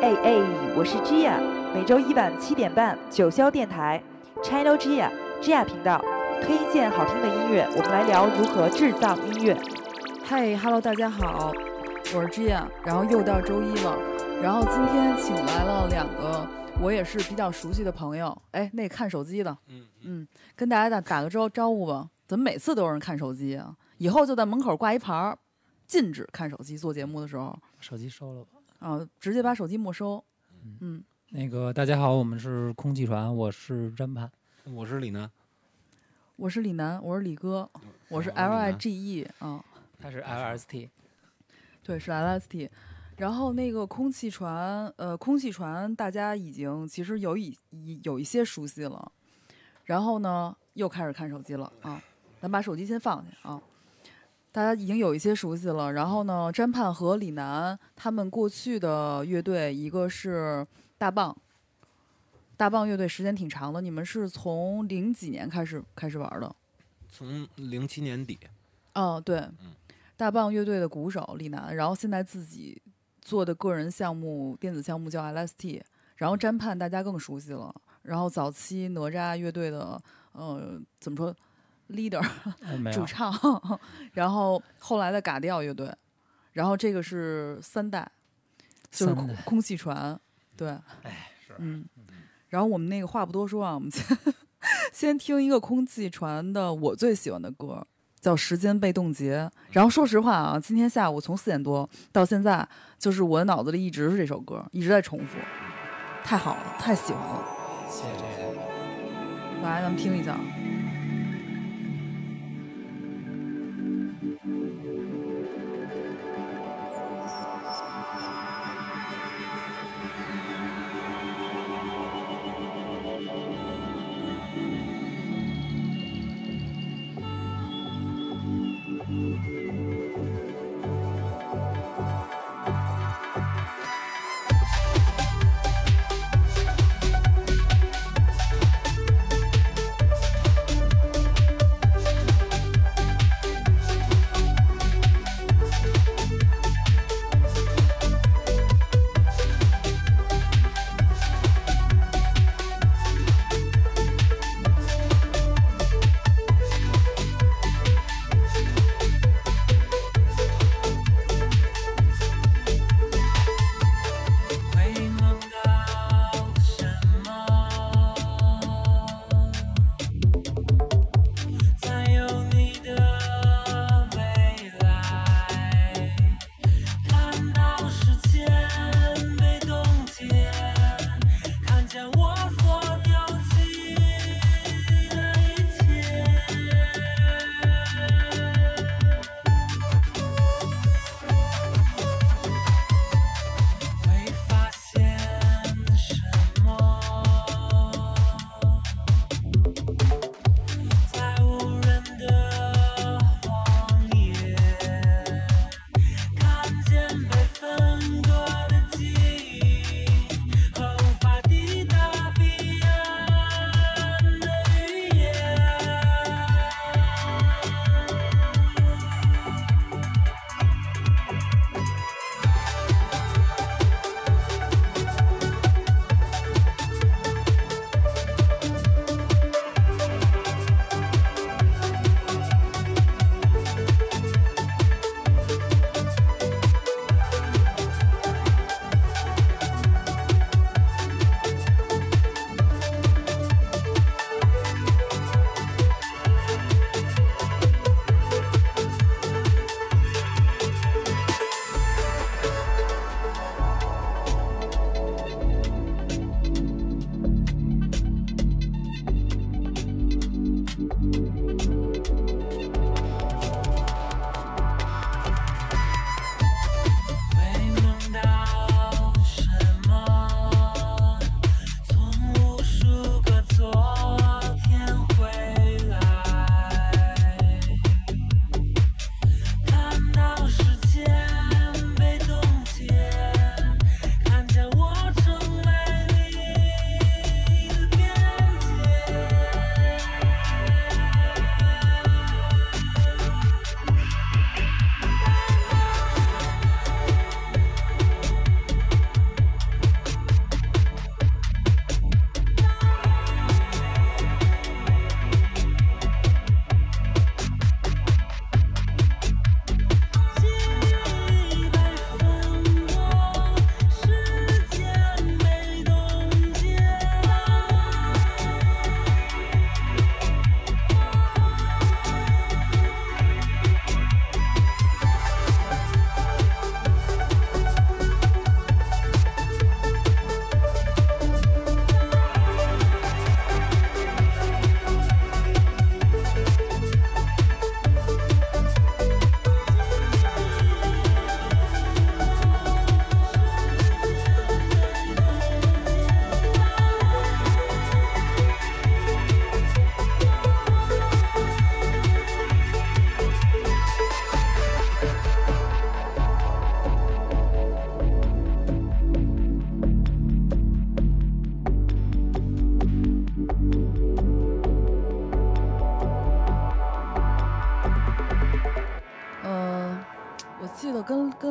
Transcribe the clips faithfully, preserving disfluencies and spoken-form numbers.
哎哎，我是 Gia， 每周一晚七点半，九霄电台 Channel Gia Gia 频道推荐好听的音乐，我们来聊如何制造音乐。 嗨 ，Hello， 大家好，我是 Gia， 然后又到周一了，然后今天请来了两个我也是比较熟悉的朋友，哎，那看手机的，嗯嗯，跟大家打打个招招呼吧。怎么每次都有人看手机啊？以后就在门口挂一牌儿，禁止看手机。做节目的时候， 手机收了吧。 啊，直接把手机没收。嗯，嗯那个大家好，我们是空气船，我是詹盼， 我是李楠， 我是李楠，我是李哥，我是 L I G E 啊， 他是 L S T， 对，是 L S T。然后那个空气船，呃，空气船大家已经其实有一有一些熟悉了，然后呢又开始看手机了啊，咱把手机先放下啊。大家已经有一些熟悉了，然后呢，詹盼和李楠他们过去的乐队，一个是大棒，大棒乐队时间挺长的，你们是从零几年开始开始玩的？ 从零七年底。 哦，对， 嗯， 大棒乐队的鼓手李楠，然后现在自己做的个人项目电子项目叫 L S T， 然后詹盼大家更熟悉了，然后早期哪吒乐队的呃怎么说？leader 主唱，然后后来的嘎调乐队，然后这个是三代，就是空空气船，对， 哎，是， 嗯，然后我们那个话不多说啊，我们先先听一个空气船的我最喜欢的歌，叫《时间被冻结》。然后说实话啊，今天下午从四点多到现在，就是我的脑子里一直是这首歌，一直在重复，太好了，太喜欢了。 谢谢这个， 来，咱们听一下。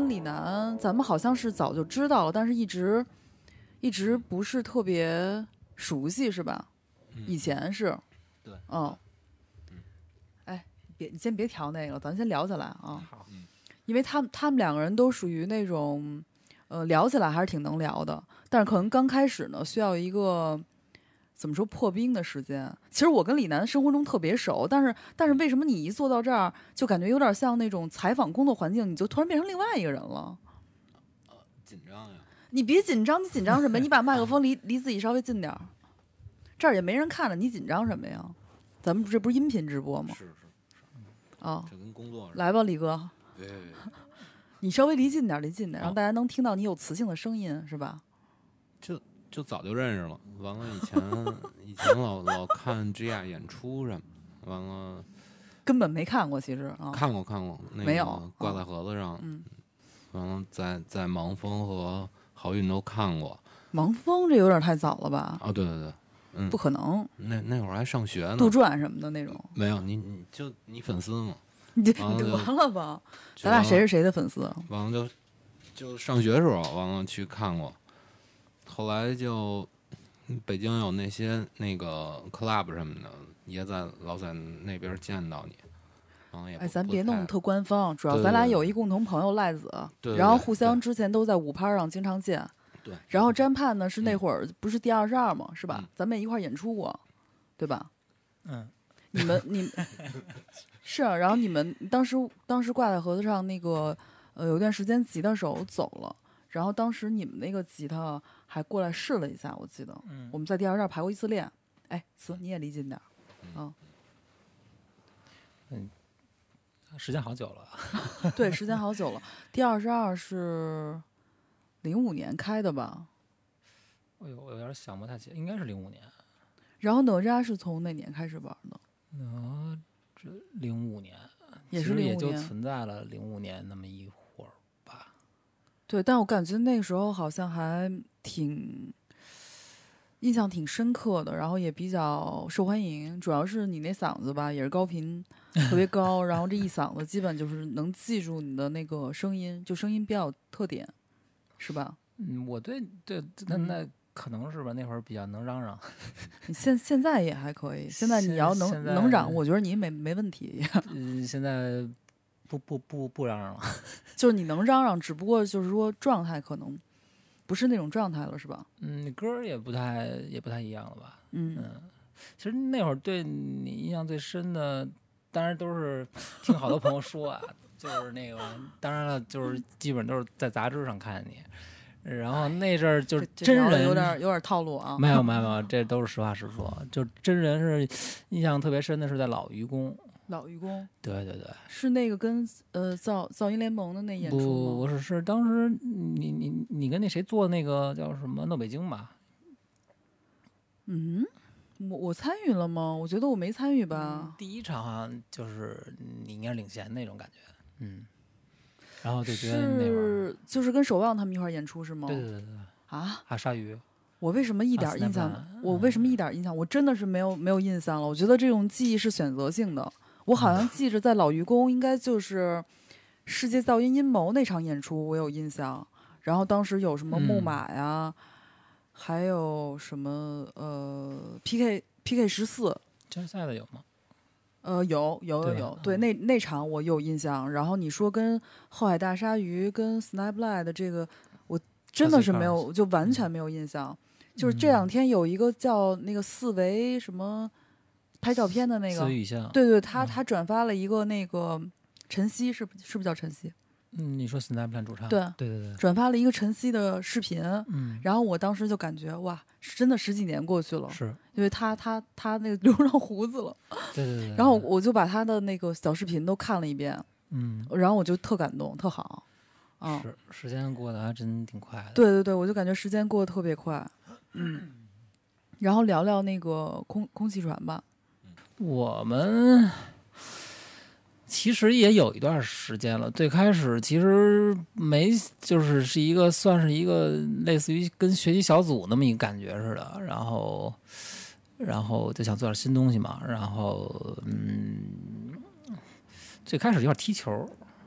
李楠，咱们好像是早就知道了，但是一直一直不是特别熟悉，是吧？ 嗯、 以前是， 对， 嗯，哎，别，你先别调那个，咱先聊起来啊。 好， 嗯， 因为他们他们两个人都属于那种，呃，聊起来还是挺能聊的，但是可能刚开始呢，需要一个怎么说破冰的时间。其实我跟李楠生活中特别熟，但是但是为什么你一坐到这儿，就感觉有点像那种采访工作环境，你就突然变成另外一个人了？ 呃，紧张呀。 你别紧张，你紧张什么？你把麦克风离离自己稍微近点儿，这儿也没人看着，你紧张什么呀？咱们这不是音频直播吗？ 是是是。啊， 这跟工作似的。 来吧，李哥。 别别别， 你稍微离近点，离近点， 好让大家能听到你有磁性的声音，是吧？ 就就早就认识了。完了，以前以前老老看 G R 演出什么，完了根本没看过，其实啊。 看过看过，那没有个挂在盒子上。 嗯。 完了，在在盲峰和豪运都看过。 盲峰这有点太早了吧？ 啊，对对对，嗯， 不可能。 那那会儿还上学呢。 杜撰什么的那种。 没有，你你就你粉丝嘛。 你得了吧？咱俩谁是谁的粉丝？ 完了就就上学时候，完了去看过，后来就北京有那些那个 club 什么的，也在老在那边见到你。完了也哎，咱别弄得特官方，主要对对对咱俩有一共同朋友赖子， 对对对然后互相之前都在舞拍上经常见。 对。 然后詹盼呢是那会儿不是第二十二嘛，是吧？ 嗯、 咱们也一块演出过，对吧？ 嗯。 你们你是，然后你们当时当时挂在盒子上那个呃有段时间吉他手走了，然后当时你们那个吉他还过来试了一下，我记得， 嗯、 我们在第二十二排过一次练。哎，词你也离近点儿， 嗯。嗯，时间好久了。 对，时间好久了。第二十二是零五年开的吧？ 哎呦，我有点想不太起，应该是零五年。 然后哪吒是从哪年开始玩的？ 哪这零五年， 也是零五年， 也就存在了零五年那么一会儿吧。 对，但我感觉那个时候好像还挺印象挺深刻的，然后也比较受欢迎。主要是你那嗓子吧，也是高频特别高，然后这一嗓子基本就是能记住你的那个声音，就声音比较有特点，是吧？ 嗯，我对对那那。可能是吧，那会儿比较能嚷嚷。 你现现在也还可以，现在你要能能嚷，我觉得你没没问题。 嗯，现在不不不不嚷嚷了， 就是你能嚷嚷，只不过就是说状态可能不是那种状态了，是吧？ 嗯，歌儿也不太也不太一样了吧？ 嗯嗯，其实那会儿对你印象最深的，当然都是听好多朋友说啊，就是那个，当然了，就是基本都是在杂志上看见你。然后那阵儿就是真人有点有点套路啊， 没有没有没有，这都是实话实说。就真人是印象特别深的是在老愚公， 老愚公， 对对对， 是那个跟呃噪噪音联盟的那演出吗？ 不不是，是当时你你你跟那谁做那个叫什么闹北京吧？ 嗯，我我参与了吗？我觉得我没参与吧。 嗯、第一场好像就是你应该领衔那种感觉，嗯。然后就觉得那会儿就是跟守望他们一块演出是吗？ 对对对对啊！ 还有鲨鱼， 我为什么一点印象？ 啊、 我为什么一点印象？我真的是没有没有印象了。我觉得这种记忆是选择性的。我好像记着在老愚公应该就是世界噪音阴谋那场演出，我有印象。然后当时有什么木马呀，嗯、还有什么呃 P K P K 十四， 决赛的有吗？ 呃，有有有有，对，那那场我有印象。然后你说跟后海大鲨鱼、跟 Snapline 的这个，我真的是没有，就完全没有印象。就是这两天有一个叫那个四维什么拍照片的那个， 四维影像， 对对，他他转发了一个那个晨曦，是是不是叫晨曦？ 嗯，你说 Snapline 主唱， 对对对对， 转发了一个晨曦的视频， 嗯， 然后我当时就感觉哇，真的十几年过去了， 是因为他他他那个留上胡子了， 对对 对, 对， 然后我就把他的那个小视频都看了一遍， 嗯， 然后我就特感动，特好，啊、 嗯，是时间过得还真挺快的， 对对对，我就感觉时间过得特别快，嗯，然后聊聊那个空空气船吧， 我们。其实也有一段时间了，最开始其实没，就是是一个算是一个类似于跟学习小组那么一个感觉似的，然后，然后就想做点新东西嘛，然后嗯，最开始有点踢球，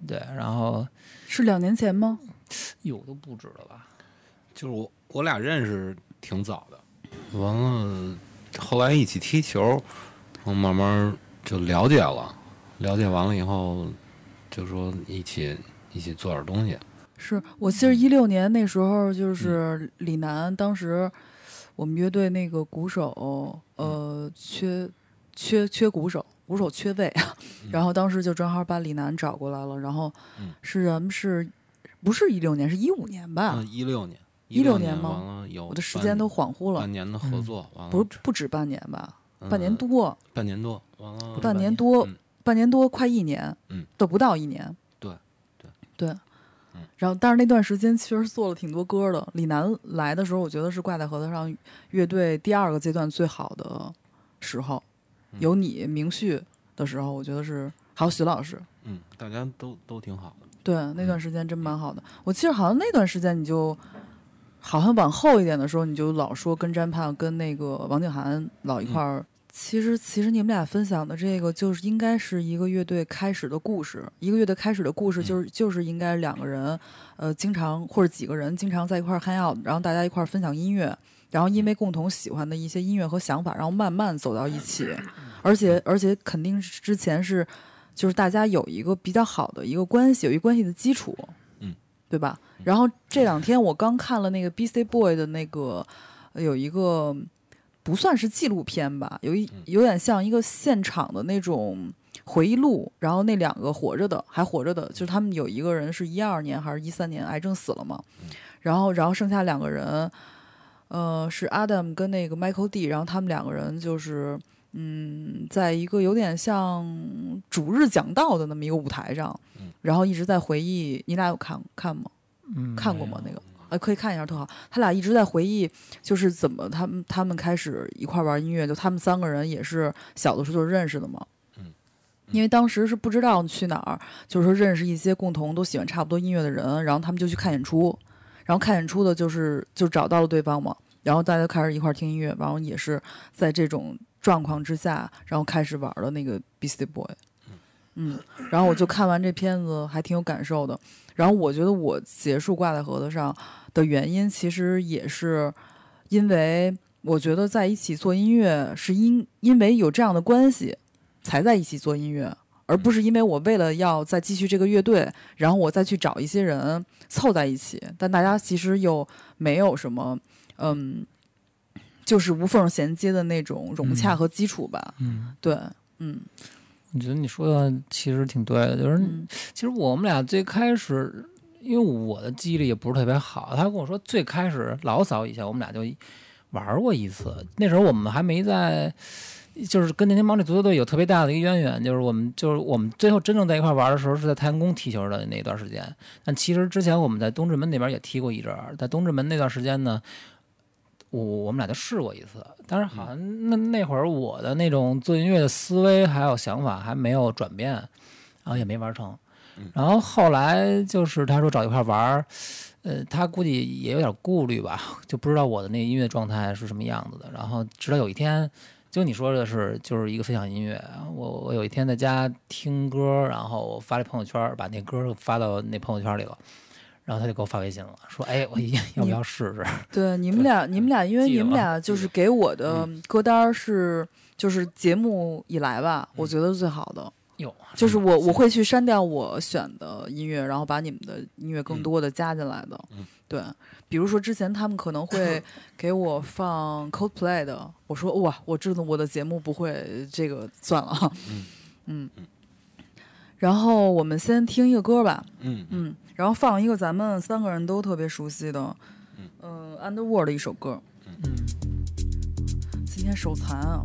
对，然后是两年前吗？ 有都不止了吧？ 就是我我俩认识挺早的，完了后来一起踢球，然后慢慢就了解了，了解完了以后就说一起一起做点东西。 是我记得一六年那时候，就是李楠，当时我们乐队那个鼓手，呃，缺缺缺鼓手，鼓手缺位，然后当时就正好把李楠找过来了，然后是咱们是不是一六年，是一五年吧？ 嗯，一六年， 一六年吗？ 完了有我的时间都恍惚了， 半年的合作，完了不是不止半年吧？ 嗯、 半年多， 半年多，完了半年多， 嗯、 半年多，快一年， 嗯， 都不到一年， 对对对。然后，但是那段时间其实做了挺多歌的。李楠来的时候，我觉得是挂在核桃上乐队第二个阶段最好的时候。 嗯、 有你明旭的时候，我觉得是还有徐老师， 嗯，大家都都挺好的。 对，那段时间真蛮好的。我记得好像那段时间你就，好像往后一点的时候，你就老说跟詹胖跟那个王景涵老一块儿。嗯其实，其实你们俩分享的这个，就是应该是一个乐队开始的故事。一个乐队开始的故事，就是就是应该两个人，呃，经常或者几个人经常在一块儿 hang out，然后大家一块儿分享音乐，然后因为共同喜欢的一些音乐和想法，然后慢慢走到一起。而且，而且肯定之前是，就是大家有一个比较好的一个关系，有一个关系的基础， 嗯， 对吧？然后这两天我刚看了那个 B C Boy 的那个，有一个。不算是纪录片吧，有一有点像一个现场的那种回忆录。然后那两个活着的，还活着的，就是他们有一个人是一二年还是一三年癌症死了嘛，然后然后剩下两个人，呃，是 Adam 跟那个 Michael D， 然后他们两个人就是嗯，在一个有点像主日讲道的那么一个舞台上，然后一直在回忆。你俩有看看吗？ 嗯， 看过吗？那个？呃，可以看一下，特好。他俩一直在回忆，就是怎么他们他们开始一块玩音乐，就他们三个人也是小的时候就认识的嘛。 嗯， 因为当时是不知道去哪儿，就是说认识一些共同都喜欢差不多音乐的人，然后他们就去看演出，然后看演出的就是就找到了对方嘛，然后大家开始一块听音乐，然后也是在这种状况之下，然后开始玩了那个 Beastie Boy。嗯，然后我就看完这片子还挺有感受的。然后我觉得我结束挂在盒子上的原因，其实也是因为我觉得在一起做音乐是因因为有这样的关系才在一起做音乐，而不是因为我为了要再继续这个乐队，然后我再去找一些人凑在一起。但大家其实又没有什么嗯，就是无缝衔接的那种融洽和基础吧。 嗯， 对，嗯。 我觉得你说的其实挺对的，就是、嗯、其实我们俩最开始，因为我的记忆力也不是特别好，他跟我说最开始老早以前我们俩就玩过一次，那时候我们还没在，就是跟年轻毛利足球队有特别大的一个渊源，就是我们就是我们最后真正在一块玩的时候是在太阳宫踢球的那段时间，但其实之前我们在东直门那边也踢过一阵儿，在东直门那段时间呢。我我们俩就试过一次，但是好像那那会儿我的那种做音乐的思维还有想法还没有转变，然后也没玩成。然后后来就是他说找一块玩，呃，他估计也有点顾虑吧，就不知道我的那个音乐状态是什么样子的。然后直到有一天，就你说的是就是一个分享音乐，我我有一天在家听歌，然后我发了朋友圈，把那歌发到那朋友圈里了。然后他就给我发微信了，说：“哎，我要不要试试？” 对，你们俩，你们俩，因为你们俩就是给我的歌单是，就是节目以来吧，我觉得最好的。 有， 就是我我会去删掉我选的音乐，然后把你们的音乐更多的加进来的。 嗯， 对，比如说之前他们可能会给我放 Coldplay 的，我说哇，我知道我的节目不会这个，算了。 嗯嗯。然后我们先听一个歌吧。 嗯嗯。然后放一个咱们三个人都特别熟悉的，嗯、呃、，Underworld 的一首歌。 嗯， 今天手残啊。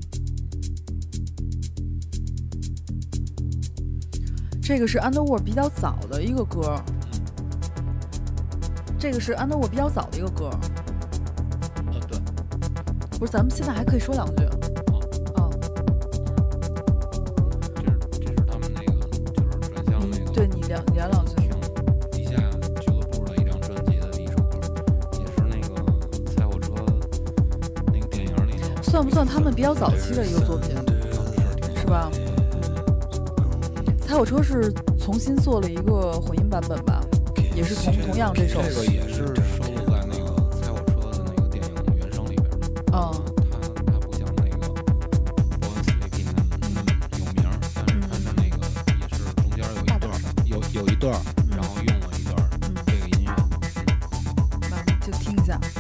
这个是 Underworld 比较早的一个歌，这个是 Underworld 比较早的一个歌。 呃，对。 不是，咱们现在还可以说两句。 哦。这是这是他们那个，就是转向那个。 对你聊聊两句。算不算他们比较早期的一个作品，是吧？踩火车是从重新做了一个混音版本吧，也是同同样这首。 这个也是收录在那个猜我车的那个电影原声里边。 嗯， 它它不像那个 Born Sleeping 那么有名，但是它是那个也是中间有一段有有一段，然后用了一段这个音乐。 那就听一下。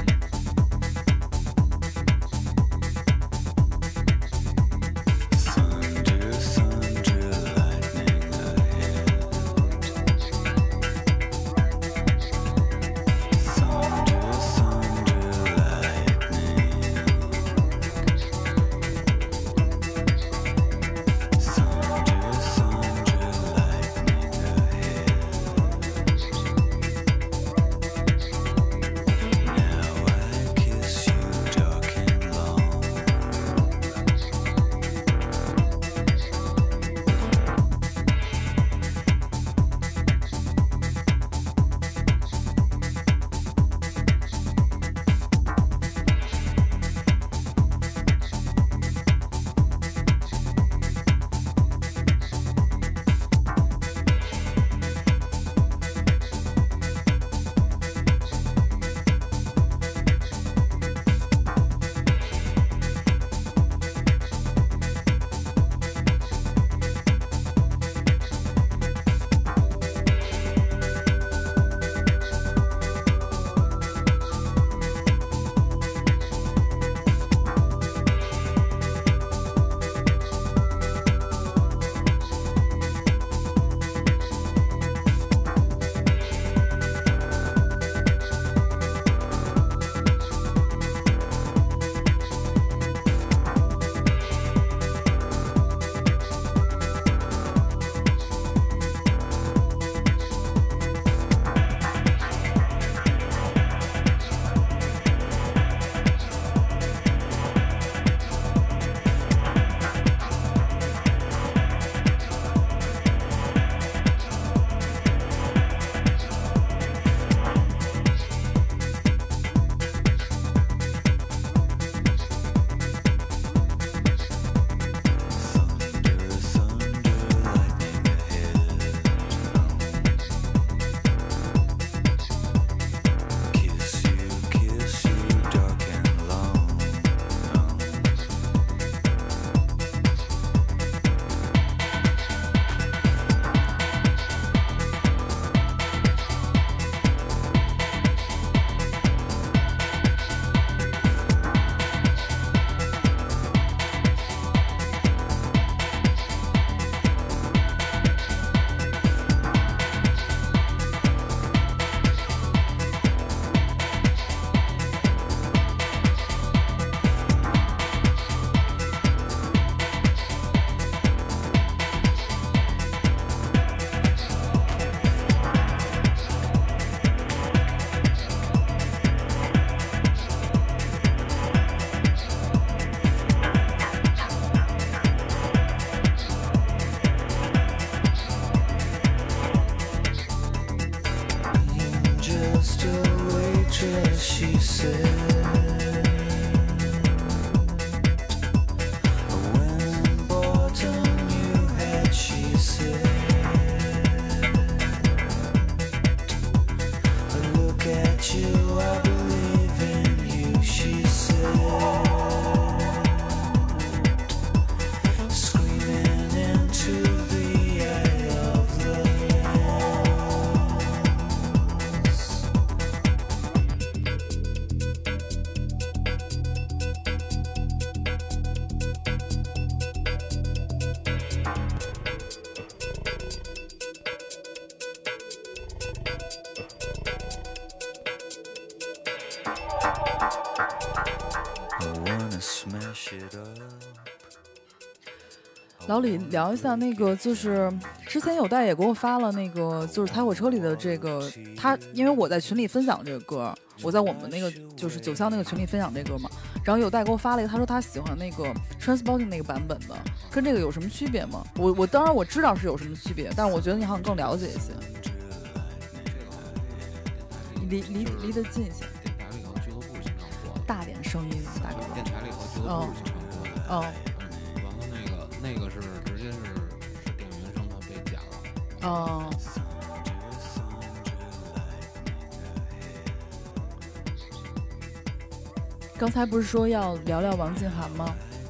老李聊一下那个，就是之前有代也给我发了那个，就是猜火车里的这个，他因为我在群里分享这个歌，我在我们那个就是九霄那个群里分享这歌嘛，然后有代给我发了一个，他说他喜欢那个 Transporting 那个版本的，跟这个有什么区别吗？我我当然我知道是有什么区别，但是我觉得你好像更了解一些，离离离得近一些， 电台里和俱乐部经常播的， 大点声音，大哥。 电台里和俱乐部经常播的。 哦。 完了那个那个是直接是是电影原声，它被剪了， 哦，刚才不是说要聊聊王静涵吗？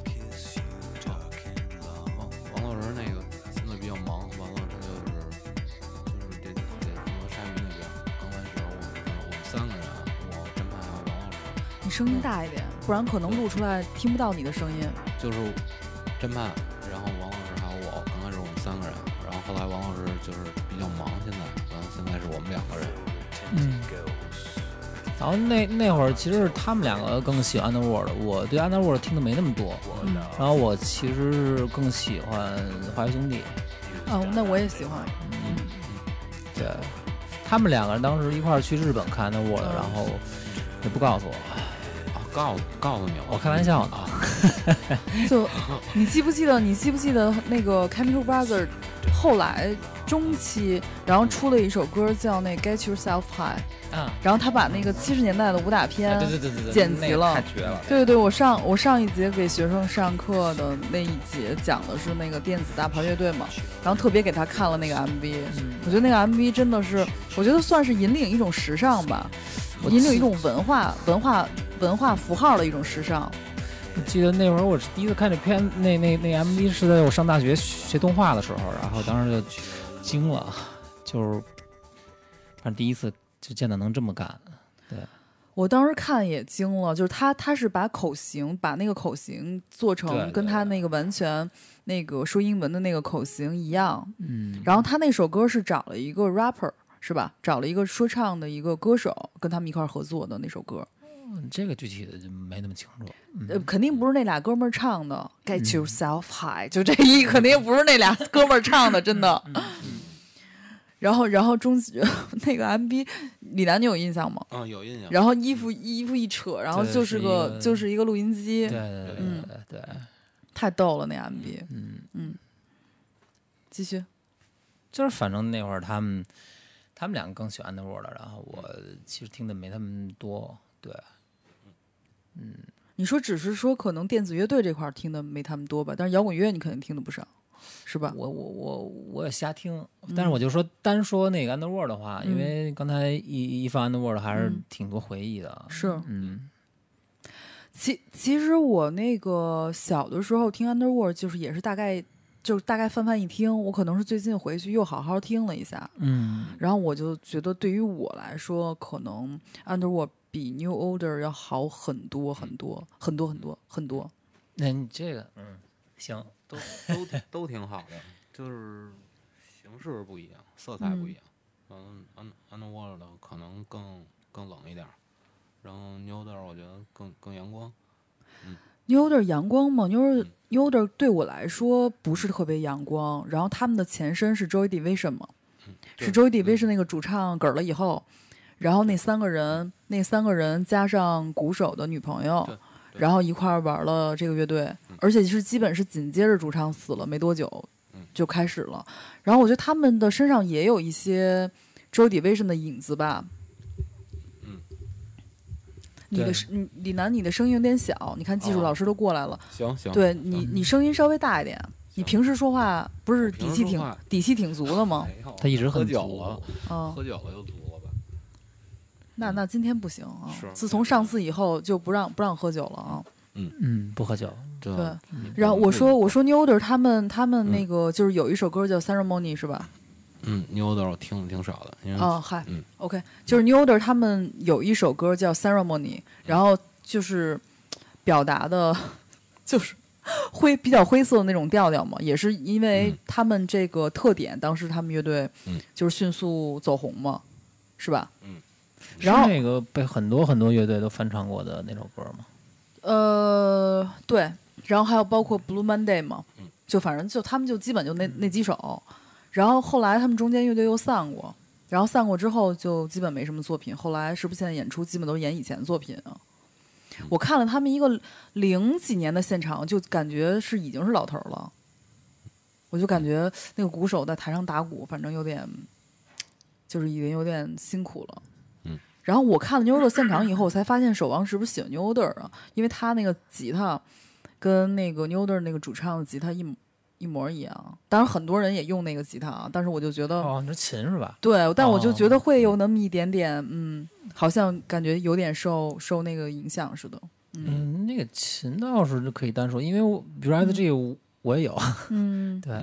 王王老师那个现在比较忙，完了他就是就是得得负责鲨鱼那边。刚开始我们是我们三个人，我侦探还有王老师， 你声音大一点，不然可能录出来听不到你的声音。 就是侦探，然后王老师还有我。刚开始我们三个人，然后后来王老师就是比较忙，现在，然后现在是我们两个人。 嗯。然后那那会儿其实他们两个更喜欢 Underworld， 我对 Underworld 听的没那么多， 嗯， 然后我其实是更喜欢华谊兄弟。 哦，那我也喜欢。 嗯，对，他们两个人当时一块儿去日本看 Underworld，、嗯、然后也不告诉我。 啊，告告诉你了， 我开玩笑呢。 就你记不记得？你记不记得那个 Chemical Brothers 后来中期，然后出了一首歌叫那 Get Yourself High。 嗯， 然后他把那个七十年代的武打片对对对对对剪辑了， 太绝了。 对对对，我上我上一节给学生上课的那一节讲的是那个电子大牌乐队嘛，然后特别给他看了那个 M V，、嗯、我觉得那个 M V 真的是，我觉得算是引领一种时尚吧，引领一种文化文化文化符号的一种时尚。 我记得那会儿我第一次看这片，那那那 M V 是在我上大学学动画的时候，然后当时就惊了，就是反正第一次就见到能这么干。对， 我当时看也惊了，就是他他是把口型把那个口型做成跟他那个完全那个说英文的那个口型一样。 嗯， 然后他那首歌是找了一个 rapper 是吧？找了一个说唱的一个歌手跟他们一块合作的那首歌。 嗯，这个具体的就没那么清楚。嗯、 呃，肯定不是那俩哥们儿唱的。Get yourself high，、嗯、就这一肯定不是那俩哥们儿唱的，真的。 嗯嗯、 然后，然后中那个 M V， 李楠你有印象吗？ 嗯，有印象。 然后衣服衣服一扯，然后就是个是就是一个录音机。 对对对嗯对对， 太逗了那 M V。 嗯嗯，继续。 就是反正那会儿他们他们两个更喜欢 Underworld， 然后我其实听的没他们多。对。嗯， 你说只是说可能电子乐队这块听的没他们多吧，但是摇滚乐你肯定听的不少，是吧？ 我我我我也瞎听，但是我就说、嗯、单说那个 Underworld 的话， 嗯、 因为刚才一一放 Underworld 还是挺多回忆的。 嗯、是， 嗯， 其其实我那个小的时候听 Underworld 就是也是大概就是大概泛泛一听，我可能是最近回去又好好听了一下， 嗯， 然后我就觉得对于我来说，可能 Underworld比 New Order 要好很多很多很多很多很多。 那你这个，嗯，行， 都都都挺好的，就是形式不一样，色彩不一样。嗯 ，Underworld 可能更更冷一点，然后 New Order 我觉得更更阳光。嗯 ，New Order 阳光吗 ？New Order、嗯、New Order 对我来说不是特别阳光，然后他们的前身是 Joy Division 嘛， 嗯、 是 Joy Division 那个主唱嗝了以后。然后那三个人，那三个人加上鼓手的女朋友，然后一块儿玩了这个乐队， 嗯、 而且是基本是紧接着主唱死了没多久，就开始了。然后我觉得他们的身上也有一些 Joy Division 的影子吧。 嗯， 你的你李楠，你的声音有点小，你看技术老师都过来了。 哦、行行， 对你你声音稍微大一点。你平时说话不是底气挺底气挺足的吗？ 他一直喝酒了， 嗯， 喝酒了就足。 那那今天不行啊！自从上次以后就不让不让喝酒了啊！ 嗯嗯，不喝酒。 对，然后我说我说 New Order 他们他们那个就是有一首歌叫 Ceremony 是吧？ 嗯 ，New Order 我听的挺少的。因为哦嗨， 嗯 ，OK， 就是 New Order 他们有一首歌叫 Ceremony， 然后就是表达的，就是灰比较灰色的那种调调嘛，也是因为他们这个特点，当时他们乐队就是迅速走红嘛，是吧？ 嗯。 然后那个被很多很多乐队都翻唱过的那首歌吗？ 呃，对，然后还有包括 Blue Monday 嘛，就反正就他们就基本就那那几首，然后后来他们中间乐队又散过，然后散过之后就基本没什么作品，后来是不是现在演出基本都是演以前作品啊？我看了他们一个零几年的现场，就感觉是已经是老头了，我就感觉那个鼓手在台上打鼓，反正有点就是已经有点辛苦了。然后我看了 New Order 现场以后，我才发现守望是不是喜欢 New Order 啊？因为他那个吉他跟那个 New Order 那个主唱的吉他一一模一样。当然很多人也用那个吉他啊，但是我就觉得哦，你说琴是吧？ 对，但我就觉得哦会有那么一点点，嗯，好像感觉有点受受那个影响似的。嗯嗯，那个琴倒是可以单说，因为我比如 S G 我我也有， 嗯， 对，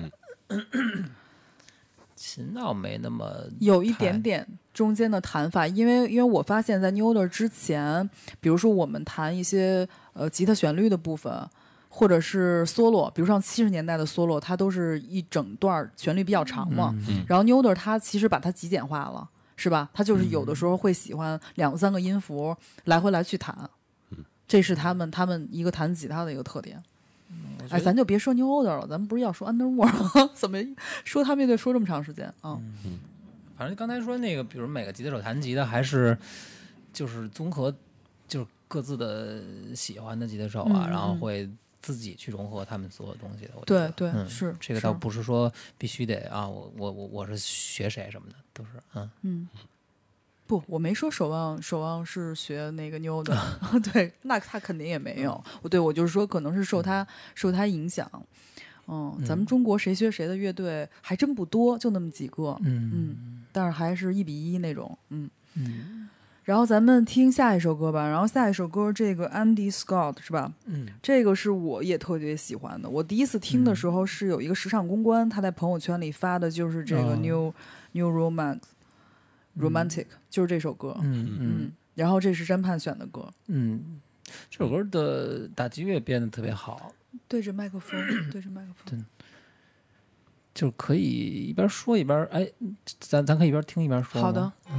琴倒没那么有一点点中间的弹法，因为因为我发现在 Neodor 之前，比如说我们弹一些呃吉他旋律的部分，或者是 solo， 比如像七十年代的 solo， 它都是一整段旋律比较长嘛， 嗯然后 Neodor 它其实把它极简化了，是吧？它就是有的时候会喜欢两三个音符来回来去弹，这是他们他们一个弹吉他的一个特点。哎，咱就别说 New Order 了，咱们不是要说 Underworld， 怎么说他们乐队说这么长时间啊？ 嗯，反正刚才说那个，比如每个吉他手弹吉他，还是就是综合，就是各自的喜欢的吉他手啊， 嗯、 然后会自己去融合他们所有东西的。我觉对得对、 嗯、 是这个倒不是说必须得啊，我我我我是学谁什么的，都是嗯嗯。不，我没说守望，守望是学那个 New Order，对，那他肯定也没有。我对我就是说，可能是受他受他影响。嗯，咱们中国谁学谁的乐队还真不多，就那么几个。 嗯嗯，但是还是一比一那种。嗯嗯。 然后咱们听下一首歌吧。然后下一首歌，这个 Andy Scott 是吧？ 嗯， 这个是我也特别喜欢的。我第一次听的时候是有一个时尚公关，他在朋友圈里发的就是这个 New、哦、New Romance。Romantic、嗯、就是这首歌， 嗯嗯， 然后这是甄盼选的歌， 嗯，这首歌的打击乐编的特别好， 对着麦克风，对着麦克风， 对，就可以一边说一边，哎，咱咱可以一边听一边说。 好的，嗯、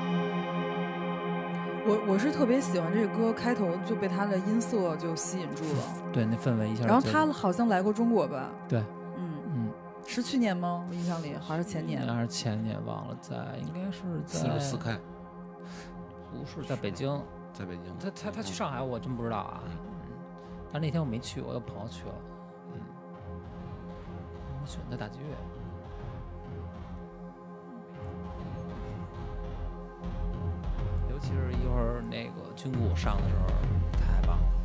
我我是特别喜欢这个歌，开头就被它的音色就吸引住了， 对，那氛围一下。 然后他好像来过中国吧？ 对， 嗯嗯。 是去年吗？我印象里还是前年？ 还是前年忘了，在应该是在四十四开， 不是在北京， 在北京。 他他他去上海，我真不知道啊。嗯，但那天我没去，我有朋友去了。嗯，我选的打击乐，尤其是一会儿那个军鼓上的时候，太棒了。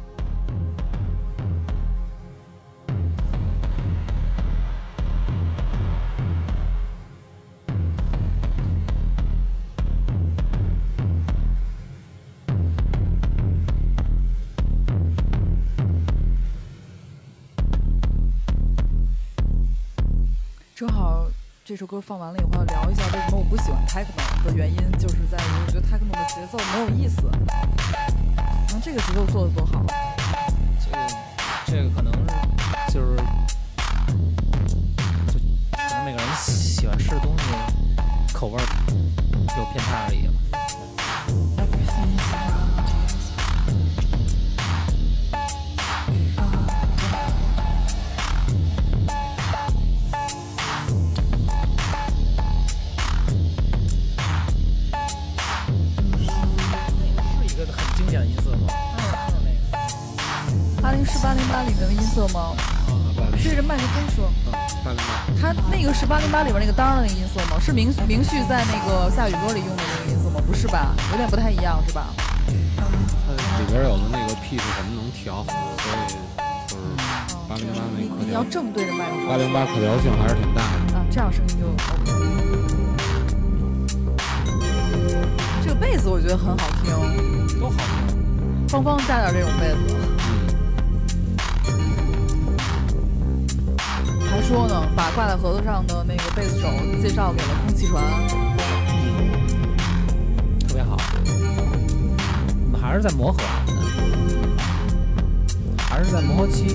正好这首歌放完了以后，要聊一下为什么我不喜欢 techno 的原因，就是在于我觉得 techno 的节奏没有意思。然后这个节奏做的多好， 这个这个可能就是就可能每个人喜欢吃的东西口味有偏差而已了。 是八零八里面的音色吗？对着麦克风说。 八零八。 他那个是八零八里边那个当的那个音色吗？是明明旭在那个下雨歌里用的那个音色吗？不是吧？有点不太一样，是吧？ 它里边有的那个 pitch 什么能调，所以就是八零八那个。 你要正对着麦克风。 八零八可调性还是挺大的。 啊，这样声音就 OK。这个贝斯我觉得很好听， 都好听。 芳芳加点这种贝斯。还说呢，把挂在盒子上的那个贝斯手介绍给了空气船， 特别好。我们还是在磨合，还是在磨合期。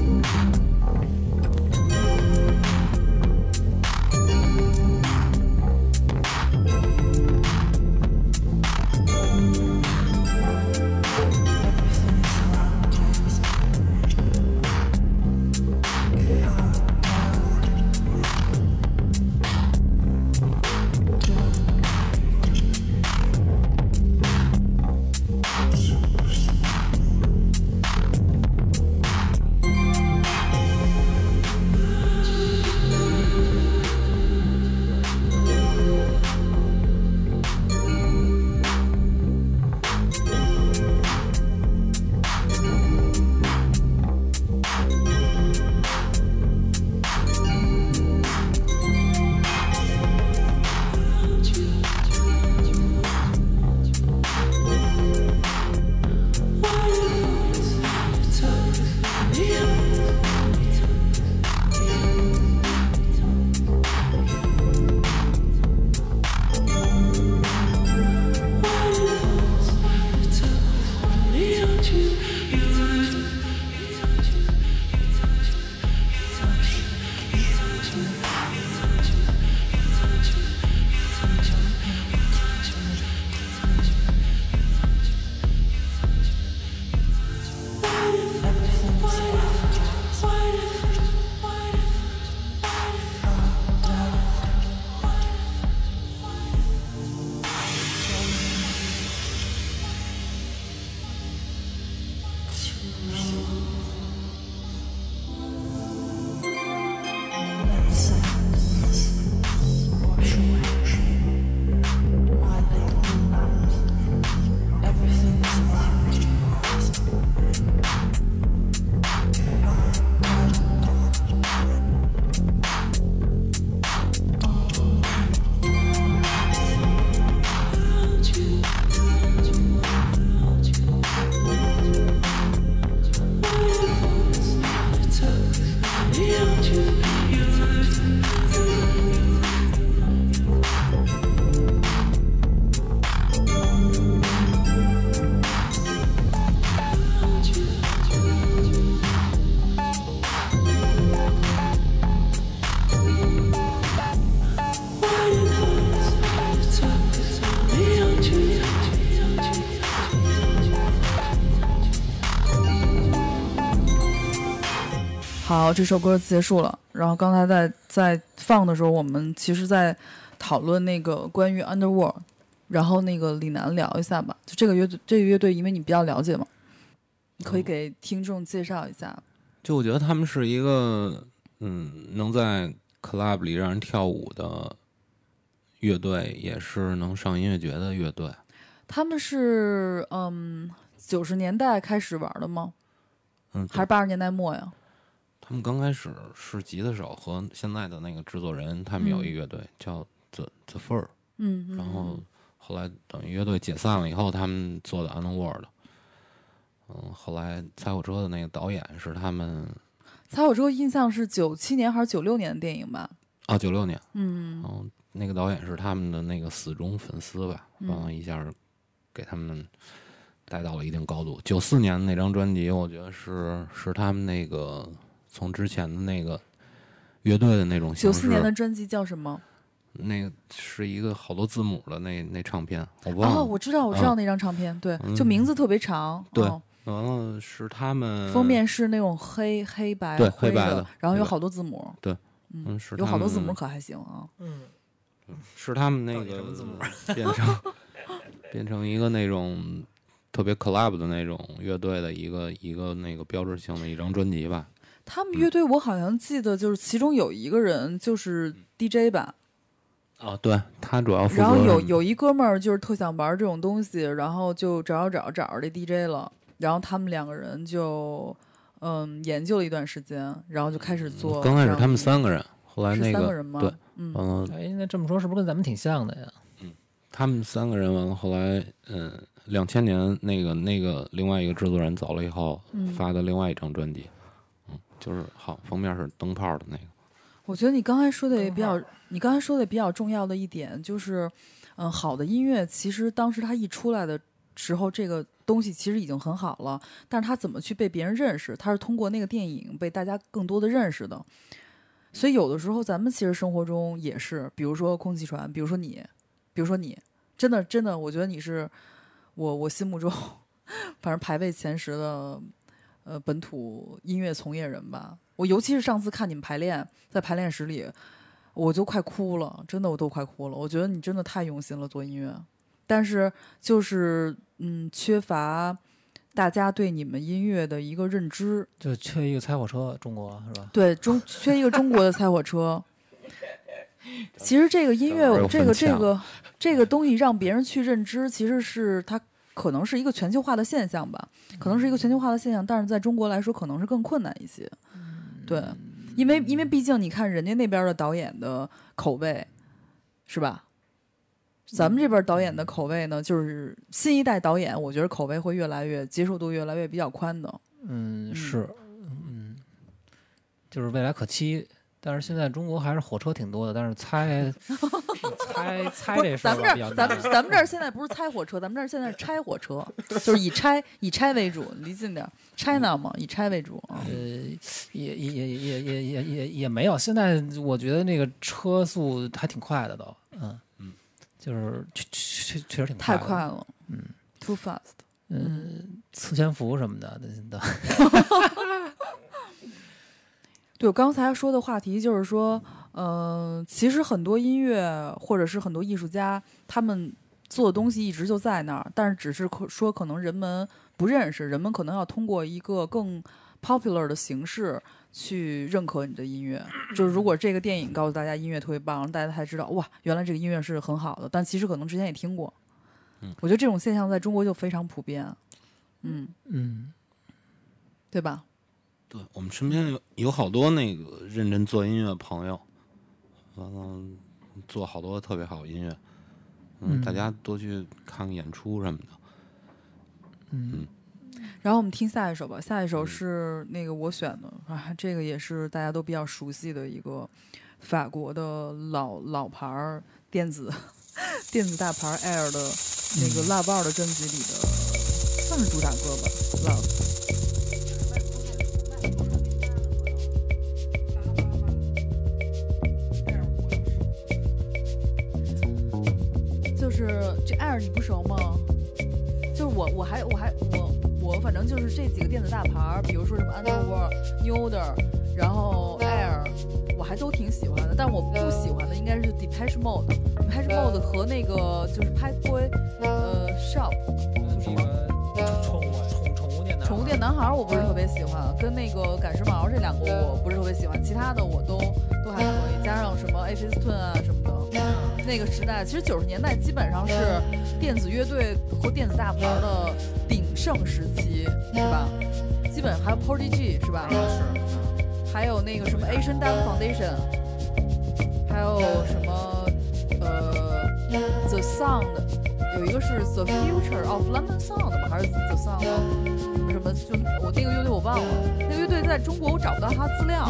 好，这首歌结束了。然后刚才在在放的时候，我们其实在讨论那个关于 Underworld， 然后那个李楠聊一下吧。就这个乐队，这个乐队，因为你比较了解嘛，你可以给听众介绍一下。 就我觉得他们是一个，嗯，能在 club 里让人跳舞的乐队，也是能上音乐节的乐队。 他们是嗯九十年代开始玩的吗？ 嗯， 还是八十年代末呀？ 他们刚开始是吉他手和现在的那个制作人，他们有一乐队、嗯、叫 The The Fur， 嗯, 嗯， 然后后来等于乐队解散了以后，他们做的 Underworld。嗯，后来踩火车的那个导演是他们。 踩火车印象是九七年还是九六年的电影吧？ 啊，九六年。 嗯， 然后那个导演是他们的那个死忠粉丝吧，然后一下给他们带到了一定高度。九四年那张专辑，我觉得是是他们那个。从之前的那个乐队的那种形式， 九四年的专辑叫什么？ 那个是一个好多字母的那那唱片，我忘了。 哦，我知道，我知道那张唱片，嗯、对、嗯，就名字特别长。 对， 哦、 完了是他们封面是那种黑黑白对黑白的， 然后有好多字母。 对， 嗯， 嗯是有好多字母可还行啊。 嗯， 是他们那个变成变成一个那种特别 club 的那种乐队的一个一个那个标志性的一张专辑吧。 他们乐队我好像记得就是其中有一个人就是 D J 吧， 哦，对，他主要负责。 然后有有一哥们儿就是特想玩这种东西，然后就找找找找着这 D J 了，然后他们两个人就嗯研究了一段时间，然后就开始做。 刚开始他们三个人，后来那个是三个人吗？ 对， 嗯， 嗯， 哎，那这么说是不是跟咱们挺像的呀？ 嗯，他们三个人完了，后来嗯，两千年那个那个另外一个制作人走了以后， 嗯、 发的另外一张专辑。就是好，封面是灯泡的那个。 我觉得你刚才说的也比较，你刚才说的比较重要的一点就是，嗯，好的音乐其实当时它一出来的时候，这个东西其实已经很好了，但是它怎么去被别人认识，它是通过那个电影被大家更多的认识的。所以有的时候咱们其实生活中也是，比如说空气船，比如说你，比如说你，真的真的，我觉得你是我我心目中反正排位前十的。呃，本土音乐从业人吧，我尤其是上次看你们排练，在排练室里，我就快哭了，真的我都快哭了。我觉得你真的太用心了做音乐，但是就是嗯，缺乏大家对你们音乐的一个认知， 就缺一个踩火车，中国是吧？ 对，中缺一个中国的踩火车。其实这个音乐，这个这个这个东西让别人去认知，其实是它。可能是一个全球化的现象吧，可能是一个全球化的现象，但是在中国来说可能是更困难一些。对，因为因为毕竟你看人家那边的导演的口味，是吧？咱们这边导演的口味呢，就是新一代导演，我觉得口味会越来越接受度越来越比较宽的。 嗯，是，嗯，就是未来可期。但是现在中国还是火车挺多的，但是猜猜猜这事儿比较难。 咱们咱们这儿现在不是猜火车，咱们这儿现在是拆火车，就是以拆以拆为主，离近点 ，China 嘛，以拆为主啊。 呃，也也也也也也也也没有，现在我觉得那个车速还挺快的都，嗯嗯，就是确确确实挺快的， 太快了， 嗯 ，too fast， 嗯，磁悬浮什么的的。 对，我刚才说的话题就是说，嗯、呃，其实很多音乐或者是很多艺术家，他们做的东西一直就在那儿，但是只是说可能人们不认识，人们可能要通过一个更 popular 的形式去认可你的音乐。就是如果这个电影告诉大家音乐特别棒，大家才知道哇，原来这个音乐是很好的，但其实可能之前也听过。我觉得这种现象在中国就非常普遍。嗯嗯， 对吧？ 对，我们身边有有好多那个认真做音乐的朋友，完了做好多特别好的音乐，嗯，嗯大家多去看看演出什么的， 嗯。 然后我们听下一首吧，下一首是那个我选的啊，这个也是大家都比较熟悉的一个法国的老老牌电子电子大牌 Air 的那个 Love 二的专辑里的，算是主打歌吧 ，Love。就是这 Air 你不熟吗？就是我我还我还我我反正就是这几个电子大牌，比如说什么 Underworld、New Order， 然后 Air 我还都挺喜欢的，但我不喜欢的应该是 Depeche Mode。Depeche Mode 和那个就是 Pet Boy 呃 Shop 那个宠宠宠物店男孩宠物店男孩我不是特别喜欢，跟那个赶时髦这两个我不是特别喜欢，其他的我都都还可以，加上什么 A F S Twin 啊什么的。那个时代其实九十年代基本上是电子乐队和电子大牌的鼎盛时期，是吧？基本还有 Prodigy 是吧？ 是， 还有那个什么 Asian Dance Foundation， 还有什么呃 The Sound， 有一个是 The Future of London Sound 吧，还是 The Sound 什么？就我那个乐队我忘了，那个乐队在中国我找不到它资料。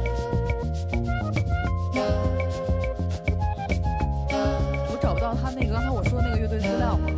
我找不到他那个刚才我说那个乐队资料了。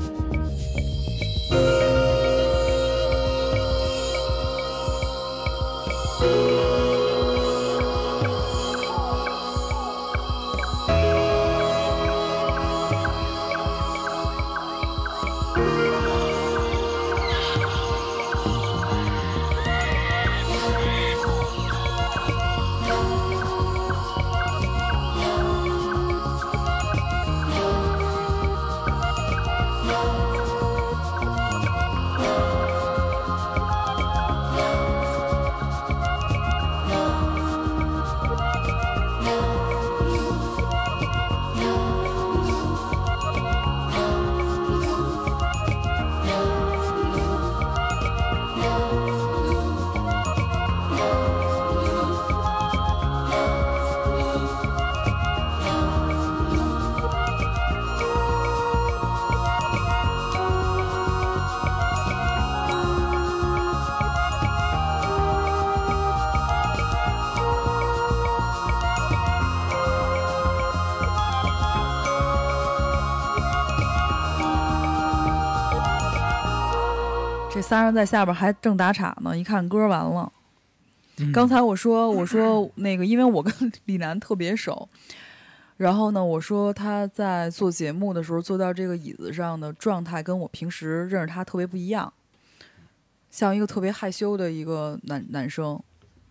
这仨人在下边还正打岔呢，一看歌完了。 嗯、 刚才我说我说那个，因为我跟李楠特别熟，然后呢，我说他在做节目的时候坐到这个椅子上的状态跟我平时认识他特别不一样，像一个特别害羞的一个男男生。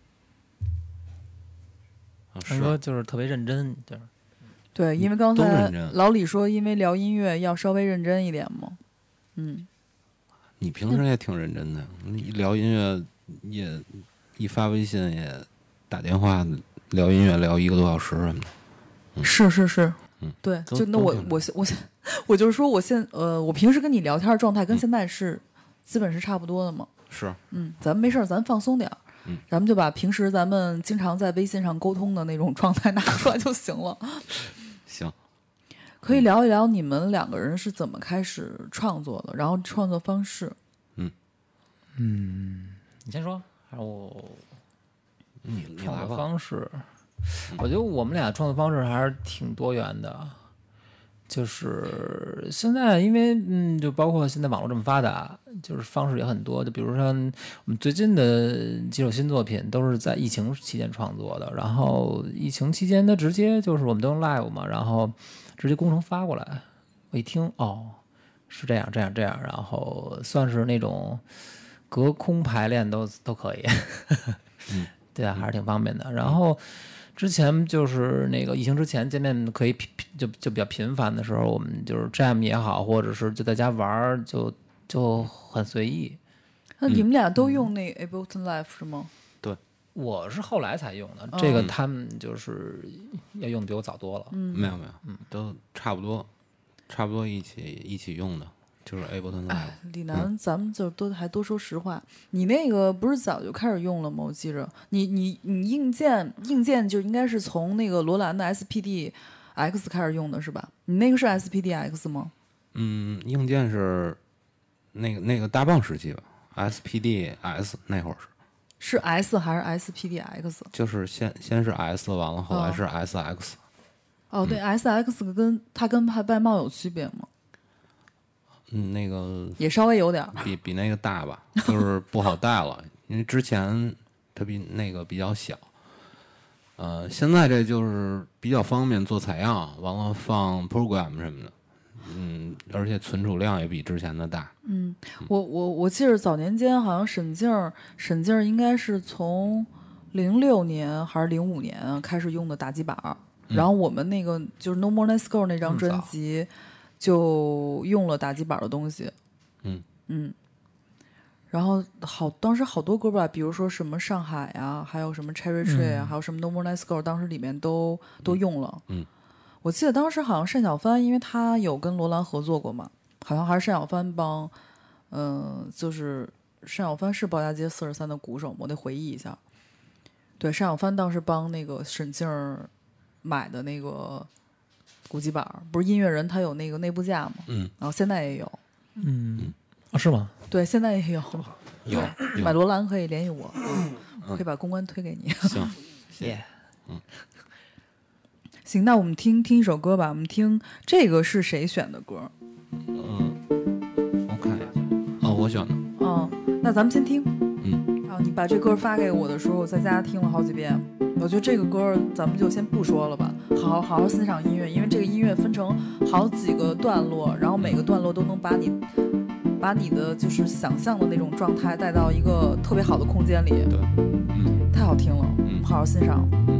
他说就是特别认真，就是对，因为刚才老李说，因为聊音乐要稍微认真一点嘛。嗯， 你平时也挺认真的，你聊音乐也一发微信也打电话聊音乐聊一个多小时什么的。嗯、 是是是， 嗯， 对，就那我我我我就是说，我现呃，我平时跟你聊天的状态跟现在是、嗯、基本是差不多的嘛。 是， 嗯，咱们没事儿，咱放松点儿。 嗯， 咱们就把平时咱们经常在微信上沟通的那种状态拿出来就行了。 行， 可以聊一聊你们两个人是怎么开始创作的，然后创作方式。 嗯嗯，你先说，还是我？ 你创作方式，我觉得我们俩创作方式还是挺多元的。就是现在，因为嗯，就包括现在网络这么发达，就是方式也很多。就比如说，我们最近的几首新作品都是在疫情期间创作的。然后疫情期间，它直接就是我们都用 live 嘛，然后直接工程发过来，我一听，哦，是这样，这样，这样，然后算是那种隔空排练都都可以。 嗯， 对啊，还是挺方便的。然后。之前就是那个疫情之前见面可以就就比较频繁的时候，我们就是 jam 也好，或者是就在家玩，就就很随意。 那你们俩都用那 Ableton Live 是吗？ 对， 我是后来才用的， 嗯、 这个他们就是要用的比我早多了。 嗯， 没有没有，嗯，都差不多，差不多一起一起用的。就是 Ableton Live。 哎，李楠，嗯、咱们就都还多说实话。你那个不是早就开始用了吗？我记着，你你你硬件硬件就应该是从那个罗兰的 S P D X 开始用的是吧？你那个是 S P D X 吗？ 嗯，硬件是那个那个大棒时期吧 ，S P D S 那会儿是。 是 S 还是 S P D X？ 就是先先是 S 完了，后来是 S X。 哦，对、嗯、，S X 跟它跟外贸有区别吗？ 嗯，那个也稍微有点， 比比那个大吧，就是不好带了，因为之前它比那个比较小，呃，现在这就是比较方便做采样，完了放 program 什么的，嗯，而且存储量也比之前的大。 嗯，我我我记得早年间好像沈静沈静应该是从零六年还是零五年开始用的打击板， 嗯、 然后我们那个就是 No More Let's Go 那张专辑就用了打击板的东西。 嗯嗯。然后好，当时好多歌吧，比如说什么上海啊，还有什么 Cherry Tree 啊， 嗯、 还有什么 No More Let's Go， 当时里面都都用了。 嗯， 我记得当时好像单小帆，因为他有跟罗兰合作过嘛，好像还是单小帆帮，嗯、呃，就是单小帆是鲍家街四十三的鼓手，我得回忆一下。对，单小帆当时帮那个沈静买的那个鼓机板，不是音乐人他有那个内部价嘛， 嗯， 然后现在也有。 嗯，啊是吗？ 对，现在也有。 有买罗兰可以联系我， 嗯、 可以把公关推给你。 行，谢谢。 嗯， 行，那我们听听一首歌吧。我们听这个是谁选的歌？ 嗯，我看一下。哦，我选的。 嗯，那咱们先听。 嗯。 然后你把这歌发给我的时候，我在家听了好几遍。我觉得这个歌咱们就先不说了吧，好好好好欣赏音乐，因为这个音乐分成好几个段落，然后每个段落都能把你把你的就是想象的那种状态带到一个特别好的空间里。 对，嗯， 太好听了， 嗯， 好好欣赏。 嗯。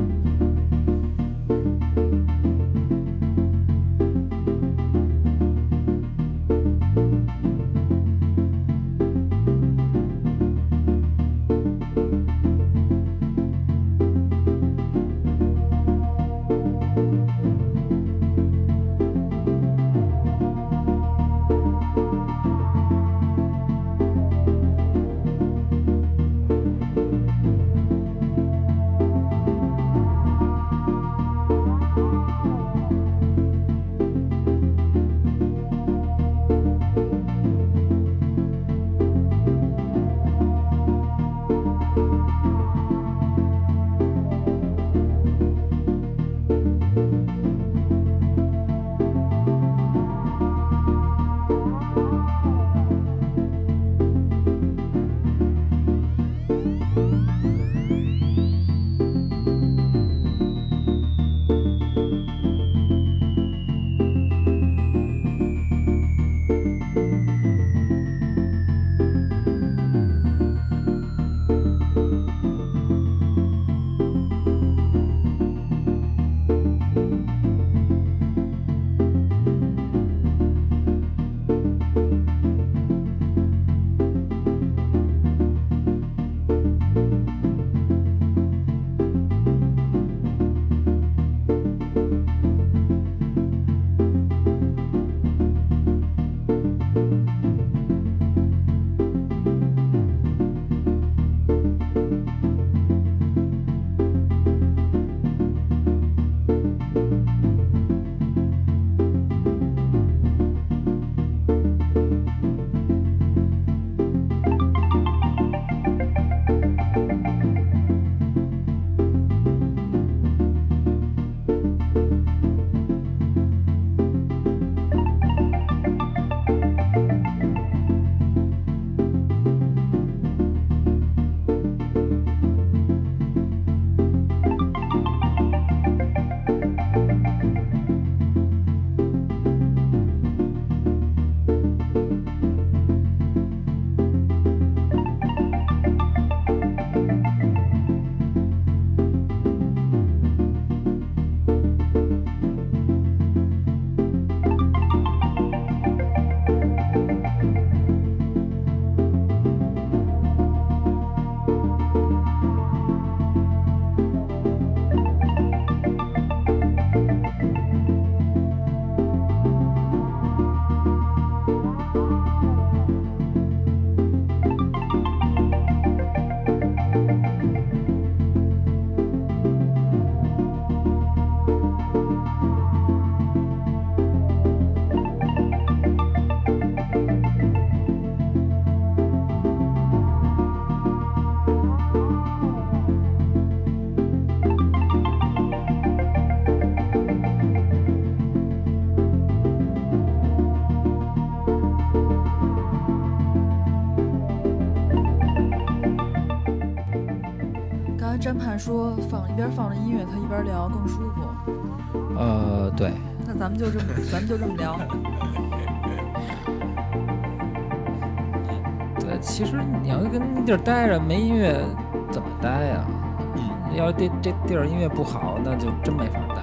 詹盼说放一边放着音乐，他一边聊更舒服。 呃，对。 那咱们就这么，咱们就这么聊。 对，其实你要跟地儿待着，没音乐怎么待呀？ 要是这这地儿音乐不好，那就真没法待。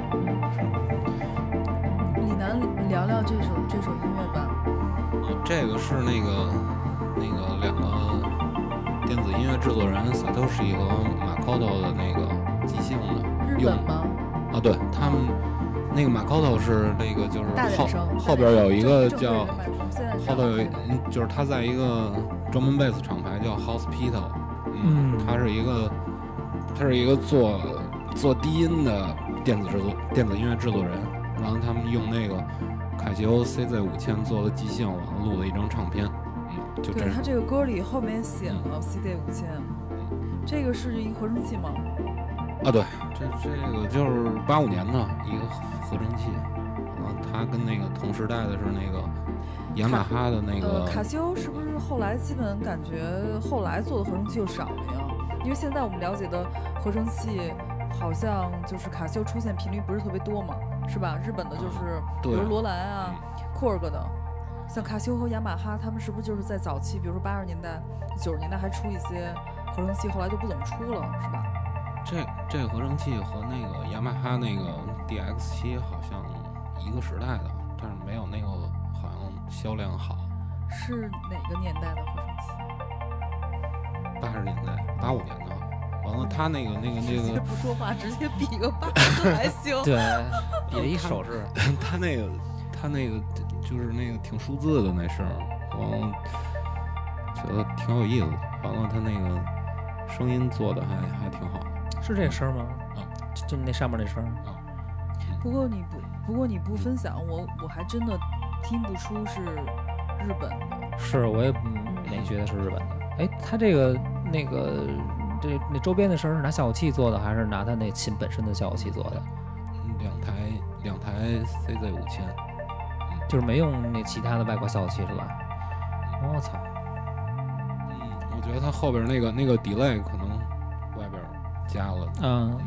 李楠聊聊这首这首音乐吧。 嗯，这个是那个那个两个电子音乐制作人 Satoshi 和 Makoto 的那个即兴的。 日本吗？ 啊，对他们那个 Makoto 是那个就是后大点声后边有一个正叫正对着麦克风现在这样后头有一嗯就是他在一个专门贝斯厂牌叫 Hospital， 嗯他是一个他是一个做做低音的电子制作电子音乐制作人，然后他们用那个凯奇欧 C Z 五千做了即兴，完了录了一张唱片，嗯，就这样。 对他这个歌里后面写了 C D 五千，这个是一个合成器吗？ 啊，对，这这个就是八五年的一个合成器，啊，它跟那个同时代的是那个雅马哈的那个、 呃，卡西欧是不是后来基本感觉后来做的合成器就少了呀？因为现在我们了解的合成器好像就是卡西欧出现频率不是特别多嘛，是吧？日本的就是比如罗兰啊、库尔格的，像卡西欧和雅马哈，他们是不是就是在早期，比如说八十年代、九十年代还出一些合成器，后来就不怎么出了，是吧？ 这这个合成器和那个雅马哈那个 D X 七好像一个时代的，但是没有那个好像销量好。 是哪个年代的合成器？ 八十年代，八五年的。完了，他那个那个那直接个， 不说话，直接比个八字还行。 对，比了一手势。 他那个他那个就是那个挺数字的那声，完了觉得挺有意思的。完了，他那个声音做的还还挺好。 是这声吗？ 啊， 就那上面那声啊。 不过你不，不过你不分享，我我还真的听不出是日本的。 是，我也没觉得是日本的。哎，他这个那个这那周边的声是拿效果器做的，还是拿他那琴本身的效果器做的？ 两台两台 C Z 五千， 就是没用那其他的外挂效果器是吧？我操！ 嗯，我觉得他后边那个那个 delay 可能外边加了。 嗯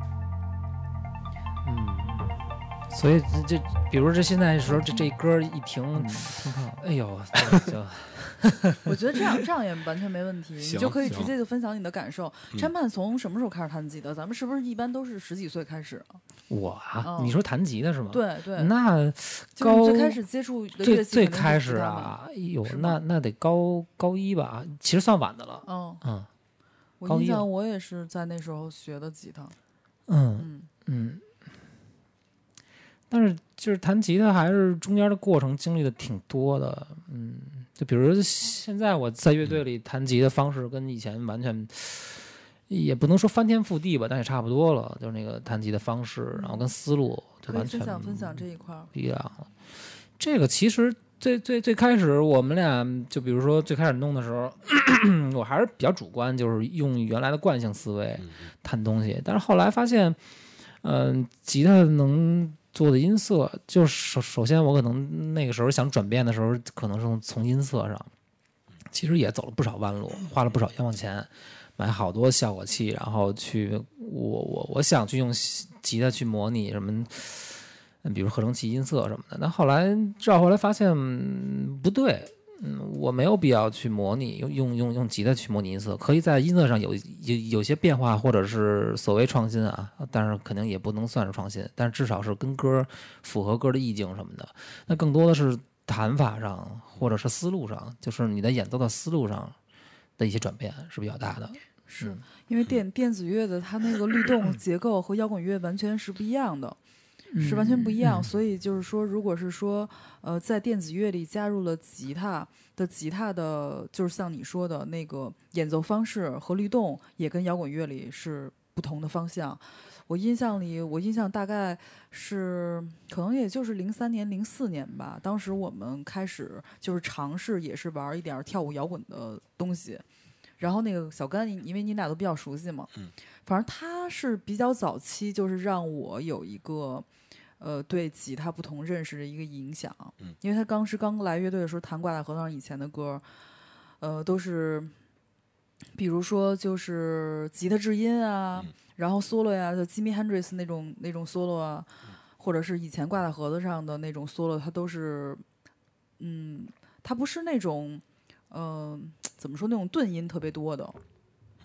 嗯，所以这比如这现在的时候，这这歌一停，听到，哎呦，就我觉得这样这样也完全没问题，你就可以直接就分享你的感受。詹盼从什么时候开始弹吉他？咱们是不是一般都是十几岁开始啊？ 我啊， 嗯你说弹吉他是吗？ 对对， 那就是高你最开始接触的最乐器肯定是最开吉他嘛， 始啊，哎呦是， 那那得高高一吧，其实算晚的了。 嗯， 嗯我高一了印象我也是在那时候学的吉他。 嗯嗯， 嗯，但是就是弹吉他还是中间的过程经历的挺多的。嗯，就比如现在我在乐队里弹吉的方式跟以前完全。也不能说翻天覆地吧，但也差不多了。就是那个弹吉的方式，然后跟思路就可以完全分享分享这一块儿。 不一样了。这个其实最最最开始我们俩就比如说最开始弄的时候，我还是比较主观，就是用原来的惯性思维弹东西。但是后来发现，嗯、呃，吉他能做的音色，就是首首先我可能那个时候想转变的时候，可能是从从音色上，其实也走了不少弯路，花了不少冤枉钱。买好多效果器，然后去我我我想去用吉他去模拟什么，比如合成器音色什么的。但后来照后来发现、嗯、不对，嗯，我没有必要去模拟用用用用吉他去模拟音色，可以在音色上有有有些变化，或者是所谓创新啊，但是肯定也不能算是创新，但是至少是跟歌符合歌的意境什么的。那更多的是弹法上或者是思路上，就是你的演奏的思路上。的一些转变是比较大的， 是、 嗯、 因为电电子乐的它那个律动结构和摇滚乐完全是不一样的，嗯、是完全不一样、嗯。所以就是说，如果是说呃在电子乐里加入了吉他的吉他的，就是像你说的那个演奏方式和律动，也跟摇滚乐里是不同的方向。我印象里，我印象大概是可能也就是零三年、零四年吧。当时我们开始就是尝试，也是玩一点跳舞摇滚的东西。然后那个小甘，因为你俩都比较熟悉嘛， 嗯， 反正他是比较早期，就是让我有一个呃对吉他不同认识的一个影响。 嗯， 因为他当时刚来乐队的时候弹《挂在河上》以前的歌，呃，都是比如说就是吉他制音啊。嗯，然后 solo 呀，就 Jimi Hendrix 那种那种 solo 啊，或者是以前挂在盒子上的那种 solo， 它都是，嗯，它不是那种，嗯、呃，怎么说那种顿音特别多的，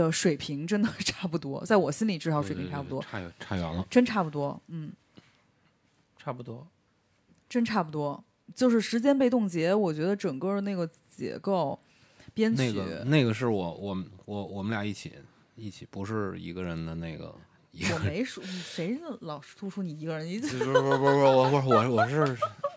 的水平真的差不多，在我心里至少水平差不多， 差远差远了， 真差不多，嗯， 差不多， 真差不多。就是时间被冻结，我觉得整个那个结构、编曲， 那个那个是我我们我我们俩一起一起，不是一个人的那个。 我没说，谁老是突出你一个人？你不是不是不是我我我我是，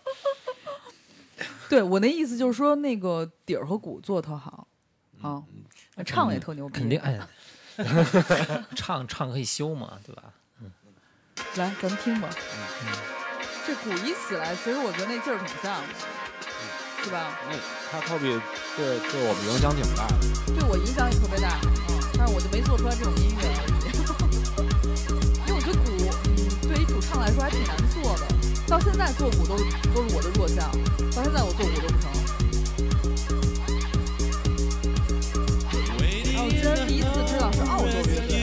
对我那意思就是说，那个底儿和鼓做的特好啊，唱也特牛逼， 肯定哎，唱唱可以修嘛，对吧？嗯， 来，咱们听吧。嗯，这鼓一起来，其实我觉得那劲儿挺像的，是吧？ 那他 Toby 对对我们影响挺大的， 对我影响也特别大，嗯，但是我就没做出来这种音乐而已。因为我觉得鼓，嗯，对于主唱来说还挺难做的。到现在做鼓都都是我的弱项，到现在我做鼓都不成。然后我今儿第一次知道是澳洲乐队。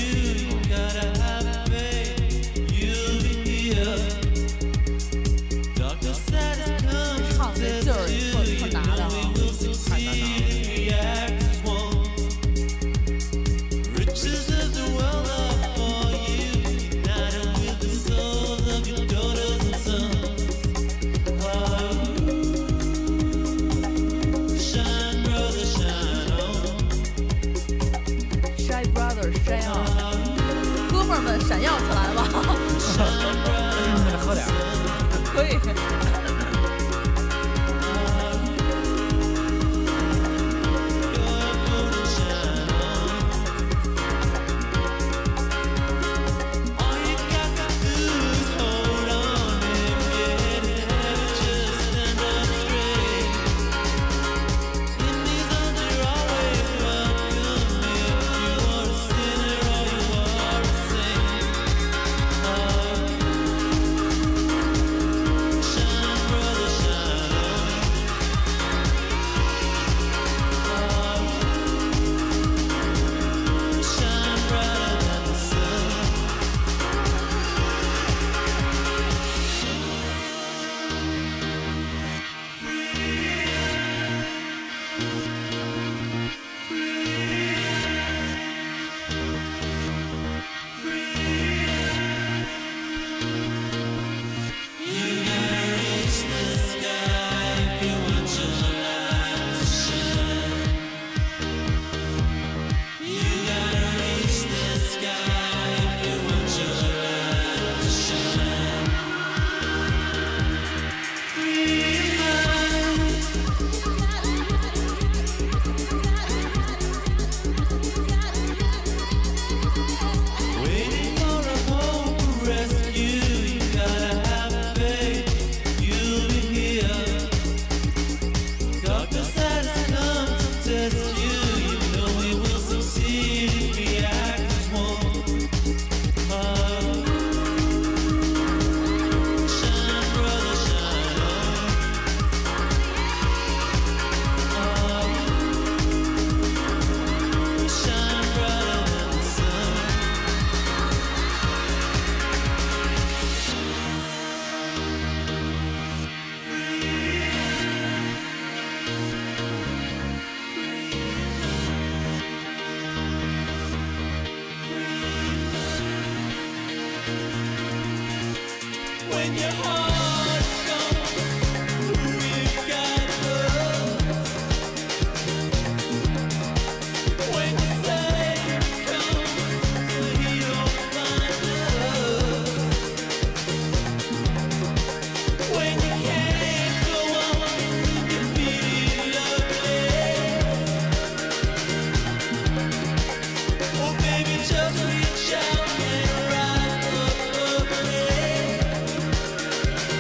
唱这劲儿也特特拿的哈，太难拿了。哥们儿们，闪耀起来吧！ 喝点儿， 可以。 Just reach out and rise up, up, up.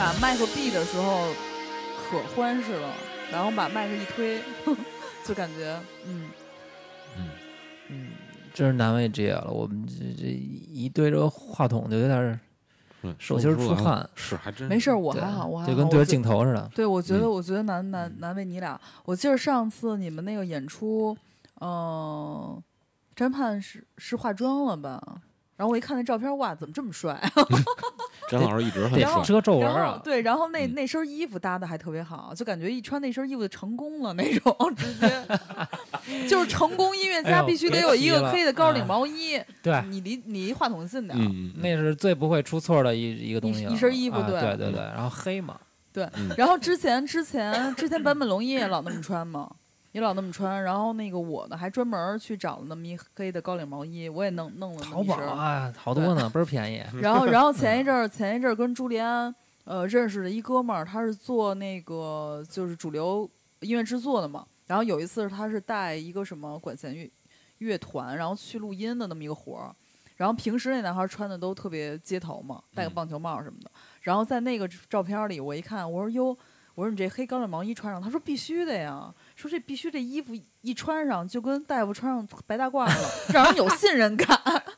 把麦克闭的时候可欢实了，然后把麦克一推，就感觉嗯嗯嗯，真是难为 G 了。我们这这一对着话筒就有点手心出汗。 是还真没事，我还好，我还好， 就跟对着镜头似的。 对，我觉得， 嗯、 我觉得难难难为你俩。我记得上次你们那个演出，嗯、呃，詹盼是是化妆了吧？然后我一看那照片，哇，怎么这么帅？ 詹老师一直很帅， 遮皱纹啊。 对，然后那、 嗯、 那身衣服搭的还特别好，就感觉一穿那身衣服就成功了那种，直接就是成功音乐家必须得有一个黑的高领毛衣。哎、 对， 你离你离话筒近点。 嗯， 那是最不会出错的一一个东西了。 一, 一身衣服， 啊、 对对对对，然后黑嘛。 对，然后之前之前之前坂本龙一也老那么穿嘛。也老那么穿，然后那个我呢还专门去找了那么一黑的高领毛衣，我也弄弄了那么一身。 淘宝啊，好多呢，倍儿便宜。 然后，然后前一阵儿前一阵儿跟朱利安呃认识的一哥们儿，他是做那个就是主流音乐制作的嘛。然后有一次他是带一个什么管弦乐乐团，然后去录音的那么一个活儿。然后平时那男孩穿的都特别街头嘛，戴个棒球帽什么的。然后在那个照片里，我一看，我说哟，我说你这黑高领毛衣穿上，他说必须的呀。说这必须这衣服一穿上就跟大夫穿上白大褂了，让人有信任感。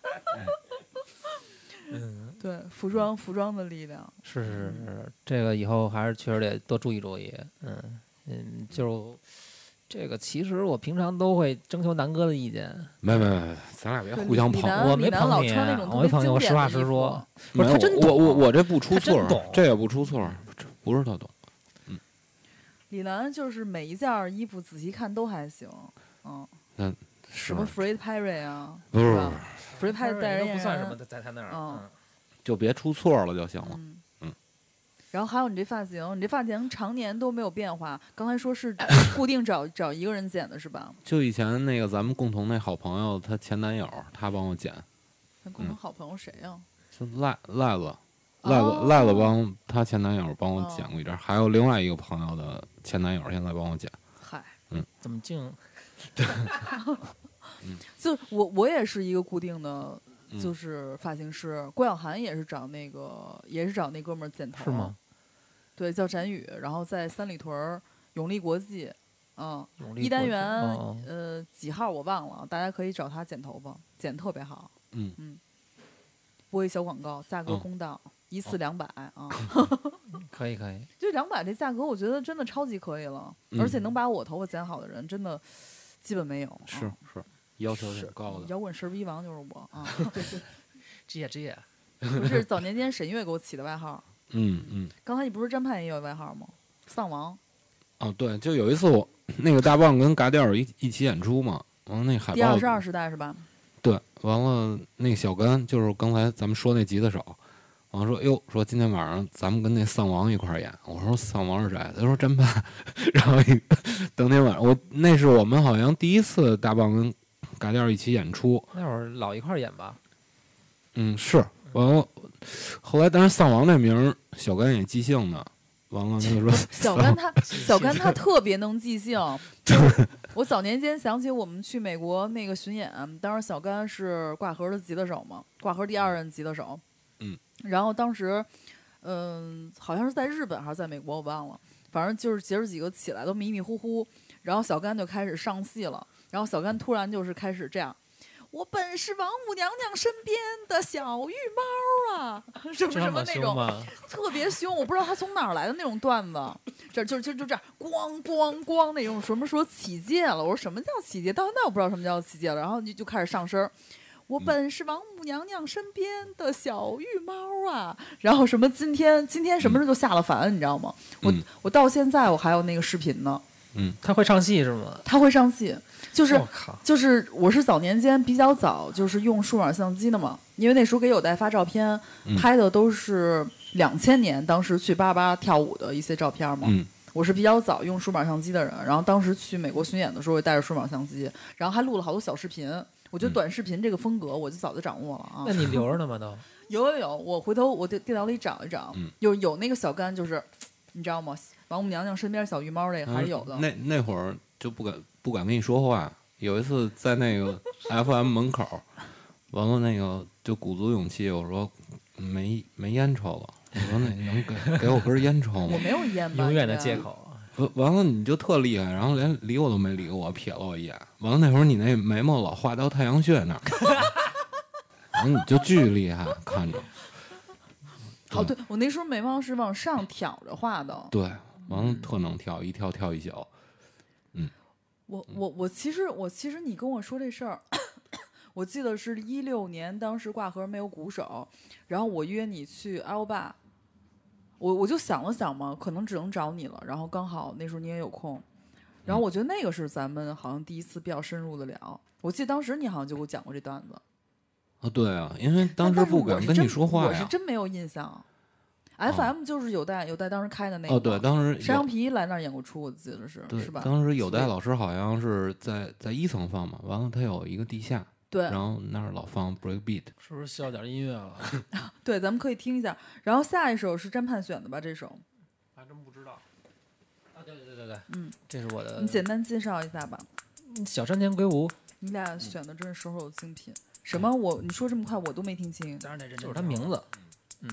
嗯， 对，服装服装的力量是是是，这个以后还是确实得多注意注意。嗯嗯，就这个其实我平常都会征求南哥的意见。 没没没，咱俩别互相捧。 我没捧你，我没捧你，我实话实说。不是他真懂，我我我这不出错，这也不出错，不是他懂。 李楠就是每一件衣服仔细看都还行，嗯， 嗯， 什么 Fred Perry 啊， 不是 Fred Perry 代言人不算什么，在他那儿， 嗯， 就别出错了就行了， 嗯。 嗯然后还有你这发型，你这发型常年都没有变化，刚才说是固定找找一个人剪的是吧？ 就以前那个咱们共同那好朋友，她前男友，他帮我剪。 咱共同好朋友谁呀、啊？ 就赖赖子。赖子赖子帮她前男友帮我剪过一阵、哦，还有另外一个朋友的前男友现在帮我剪。 嗨， 嗯， 怎么净？ 嗯，就我我也是一个固定的，就是发型师。嗯、郭晓涵也是找那个，也是找那哥们儿剪头。 是吗？ 对，叫展宇，然后在三里屯永利国际，嗯， 一单元、 哦、 呃几号我忘了，大家可以找他剪头发，剪特别好。 嗯嗯，播一小广告，价格公道。嗯一次两百啊， 可以可以， 就两百这价格，我觉得真的超级可以了， 嗯、 而且能把我头发剪好的人，真的基本没有。 是、啊、是，要求挺高的。 摇滚十逼王就是我啊， 这也这也， 不是早年间沈月给我起的外号。 嗯嗯。 刚才你不是侦判也有外号吗？丧王。 哦，对，就有一次我那个大棒跟嘎调一一起演出嘛，完了那海报。 第二十二时代是吧？ 对，完了那个小甘就是刚才咱们说那吉他手。我说哟，说今天晚上咱们跟那丧王一块儿演。我说丧王是谁？他说侦判。然后一当天晚上，我那是我们好像第一次大棒跟嘎调一起演出。 那会儿老一块儿演吧？ 嗯，是。完了，后来但是丧王这名小甘也记性呢。完了，那个说小甘他小甘他特别能记性。就是我早年间想起我们去美国那个巡演，当时小甘是挂盒的吉他手嘛，挂盒第二任吉他手。 嗯。 然后当时，嗯、呃，好像是在日本还是在美国，我忘了。反正就是姐儿几个起来都迷迷糊糊，然后小甘就开始上戏了。然后小甘突然就是开始这样：“我本是王母娘娘身边的小玉猫啊，什么什么那种，特别凶。我不知道他从哪儿来的那种段子，这就就就这样，咣咣咣那种什么说起戒了。我说什么叫起戒？到现在我不知道什么叫起戒了。然后就就开始上身。我本是王母娘娘身边的小玉猫啊，然后什么今天今天什么时候就下了凡，你知道吗？我、嗯、我到现在我还有那个视频呢。 嗯， 他会唱戏是吗？ 他会上戏，就是就是我是早年间比较早就是用数码相机的嘛，因为那时候给有代发照片、嗯、拍的都是两千年当时去八八跳舞的一些照片嘛。 嗯， 我是比较早用数码相机的人，然后当时去美国巡演的时候也带着数码相机，然后还录了好多小视频。我觉得短视频这个风格，我就早就掌握了啊。 那你留着呢吗？都有有有，我回头我电电脑里找一找。 嗯、 有有那个小甘，就是你知道吗？王母娘娘身边小鱼猫这个还是有的。 嗯、那那会儿就不敢不敢跟你说话。有一次在那个 F M 门口，完了那个就鼓足勇气，我说没没烟抽了。 我说那你能给给我根烟抽吗？ 我没有烟吧？ 永远的应该借。口。 不完了你就特厉害，然后连理我都没理我，瞥了我一眼。完了那会儿你那眉毛老画到太阳穴那儿，然后你就巨厉害，看着。 哦，对，我那时候眉毛是往上挑着画的。 对，完了特能跳，一跳跳一宿。 我我我其实我其实你跟我说这事儿，我记得是一六年，当时挂盒没有鼓手，然后我约你去 L 吧，我我就想了想嘛，可能只能找你了，然后刚好那时候你也有空，然后我觉得那个是咱们好像第一次比较深入的聊，我记得当时你好像就给我讲过这段子。 啊，对啊，因为当时不敢跟你说话呀。 我是真没有印象。F M 就是有代有代当时开的那个。 哦，对，当时山羊皮来那儿演过出，我记得是， 对是吧？ 当时有代老师好像是在在一层放嘛，完了他有一个地下， 对， 然后那儿老放 break beat， 是不是需要点音乐了？ 对，咱们可以听一下。然后下一首是詹盼选的吧？这首还真不知道。啊，对对对对对， 嗯， 这是我的。 你简单介绍一下吧。 小山田圭吾， 你俩选的真是手手精品。什么？我你说这么快，我都没听清。 当然得认真，就是他名字。嗯。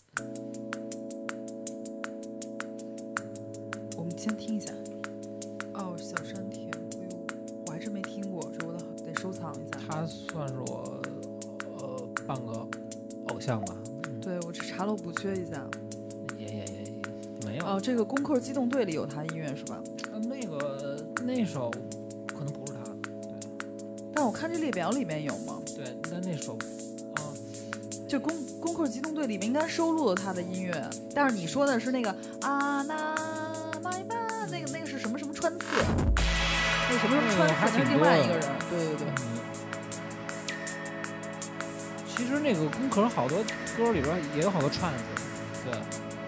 我们先听一下。哦，小山田圭吾，我还真没听过，这我得得收藏一下。 他算是我呃半个偶像吧。 嗯、对，我这查漏补缺一下。 也也也也没有。 哦，这个《攻壳机动队》里有他音乐是吧？ 呃，那个那首可能不是他的，对。 但我看这列表里面有吗？ 对，但那首啊， 就《攻攻壳机动队》里面应该收录了他的音乐，但是你说的是那个啊那麦巴那个那个是什么什么川次，那个什么什么川次，那是另外一个人。对对对。 嗯、其实那个攻壳好多歌里边也有好多串子，对。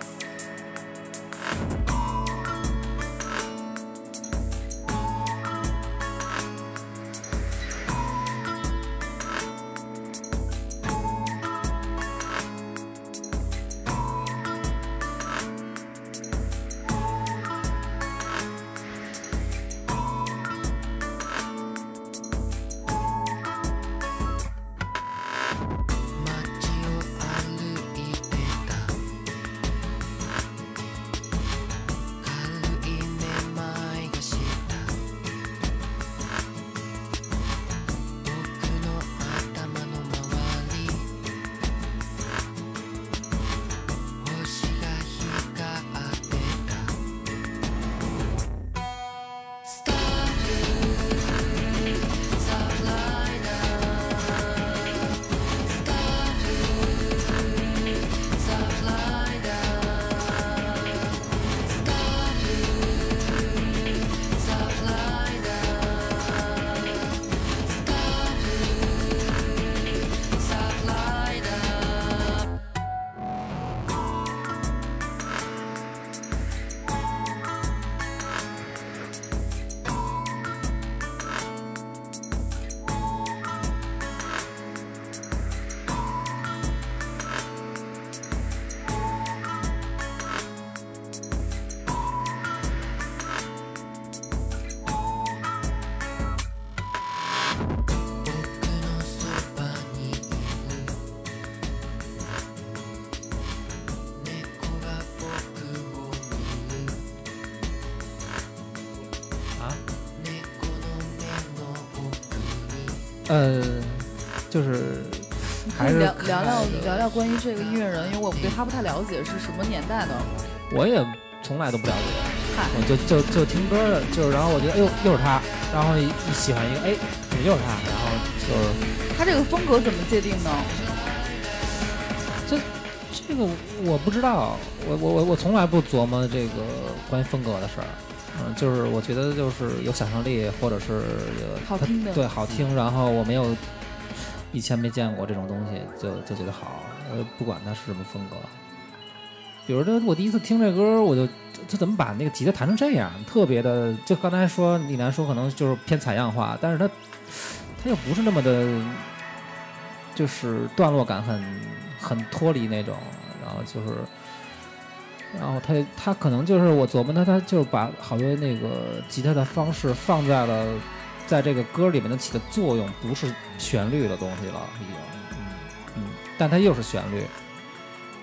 呃，就是还是聊聊聊聊聊关于这个音乐人，因为我对他不太了解，是什么年代的？ 我也从来都不了解，我就就就听歌的，就然后我觉得哎呦又是他，然后一喜欢一个哎怎么又是他，然后就是他这个风格怎么界定呢？ 这这个我不知道，我我我我从来不琢磨这个关于风格的事儿。嗯，就是我觉得就是有想象力，或者是好听的， 对好听，然后我没有以前没见过这种东西，就就觉得好，呃，不管它是什么风格。比如说我第一次听这歌，我就他怎么把那个吉他弹成这样，特别的，就刚才说李楠说可能就是偏采样化，但是他他又不是那么的，就是段落感很很脱离那种，然后就是。然后他他可能就是我琢磨他，他就把好多那个吉他的方式放在了，在这个歌里面能起的作用，不是旋律的东西了，已经，嗯嗯，但它又是旋律，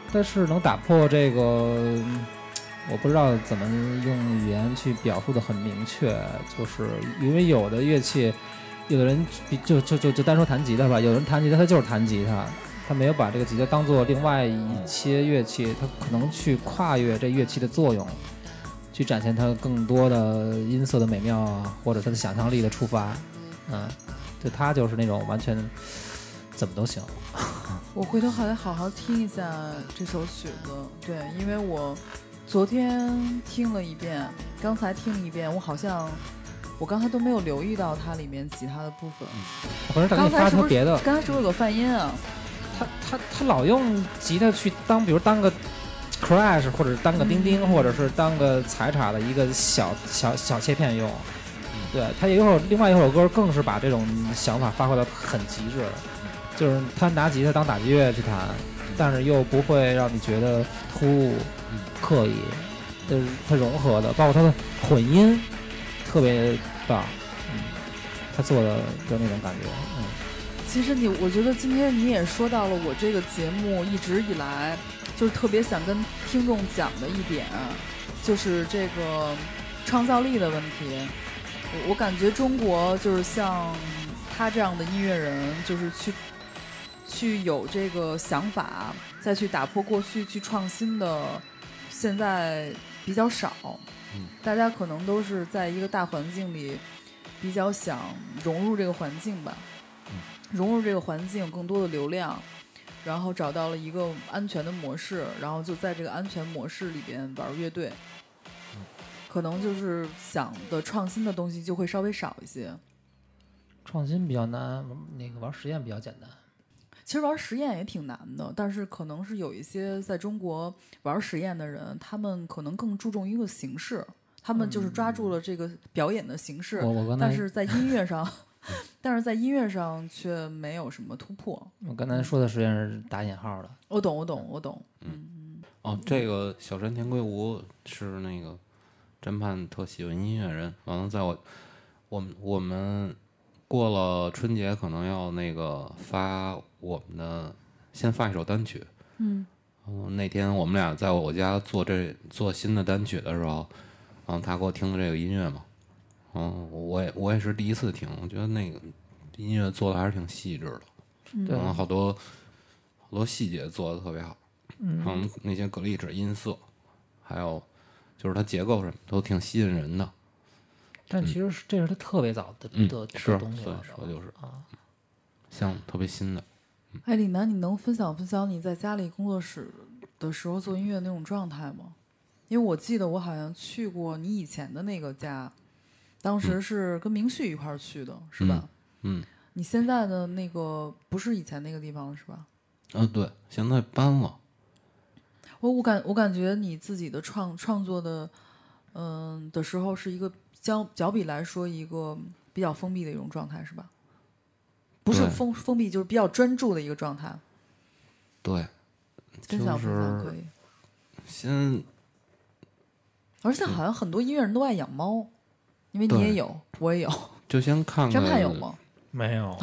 但是能打破这个，我不知道怎么用语言去表述的很明确，就是因为有的乐器，有的人就就就就单说弹吉他吧，有人弹吉他他就是弹吉他，他没有把这个吉他当做另外一些乐器，他可能去跨越这乐器的作用，去展现它更多的音色的美妙啊，或者他的想象力的触发，嗯，就他就是那种完全怎么都行。 我回头还得好好听一下这首曲子，对，因为我昨天听了一遍，刚才听了一遍，我好像我刚才都没有留意到它里面吉他的部分。 或者他给你发出别的， 刚才是不是有泛音啊？ 他他他老用吉他去当，比如当个 crash 或者当个钉钉，嗯、或者是当个踩镲的一个小小小切片用。对，他有一首另外一首歌更是把这种想法发挥到很极致。就是他拿吉他当打击乐去弹，但是又不会让你觉得突兀、刻意，就是他融合的，包括他的混音特别棒，嗯，他做的就那种感觉，嗯。 其实你，我觉得今天你也说到了我这个节目一直以来就是特别想跟听众讲的一点，就是这个创造力的问题。我我感觉中国就是像他这样的音乐人，就是去。去有这个想法，再去打破过去，去创新的，现在比较少。 嗯， 大家可能都是在一个大环境里，比较想融入这个环境吧。 嗯， 融入这个环境，有更多的流量，然后找到了一个安全的模式，然后就在这个安全模式里边玩乐队。 嗯， 可能就是想的创新的东西就会稍微少一些。 创新比较难，那个玩实验比较简单。 其实玩实验也挺难的，但是可能是有一些在中国玩实验的人，他们可能更注重一个形式，他们就是抓住了这个表演的形式， 嗯、 但是在音乐上，但是在音乐上却没有什么突破。 我刚才说的实验是打引号的。 我懂，我懂，我懂。 嗯嗯。哦，这个小山田圭吾是那个侦判特喜欢音乐人，完了在我我们我们。过了春节可能要那个发我们的先发一首单曲， 嗯， 嗯，那天我们俩在我家做这做新的单曲的时候，嗯，他给我听的这个音乐嘛，嗯，我也我也是第一次听，我觉得那个音乐做的还是挺细致的， 嗯， 然后好多好多细节做的特别好， 嗯， 嗯，那些格力指音色，还有就是它结构什么都挺吸引人的。 但其实这是他特别早的、 嗯、 的是东西了， 说就是啊， 像特别新的。 哎，李楠，你能分享分享你在家里工作室的时候做音乐那种状态吗？因为我记得我好像去过你以前的那个家，当时是跟明旭一块儿去的， 嗯、 是吧？ 嗯。 你现在的那个不是以前那个地方了，是吧？ 啊，对，现在搬了。 我我感我感觉你自己的创创作的，嗯的时候是一个。相较比来说，一个比较封闭的一种状态，是吧？不是封封闭，就是比较专注的一个状态。 对， 分享分享可以。 先， 而且好像很多音乐人都爱养猫，因为你也有，我也有。 就先看看。 侦判有吗？ 没有。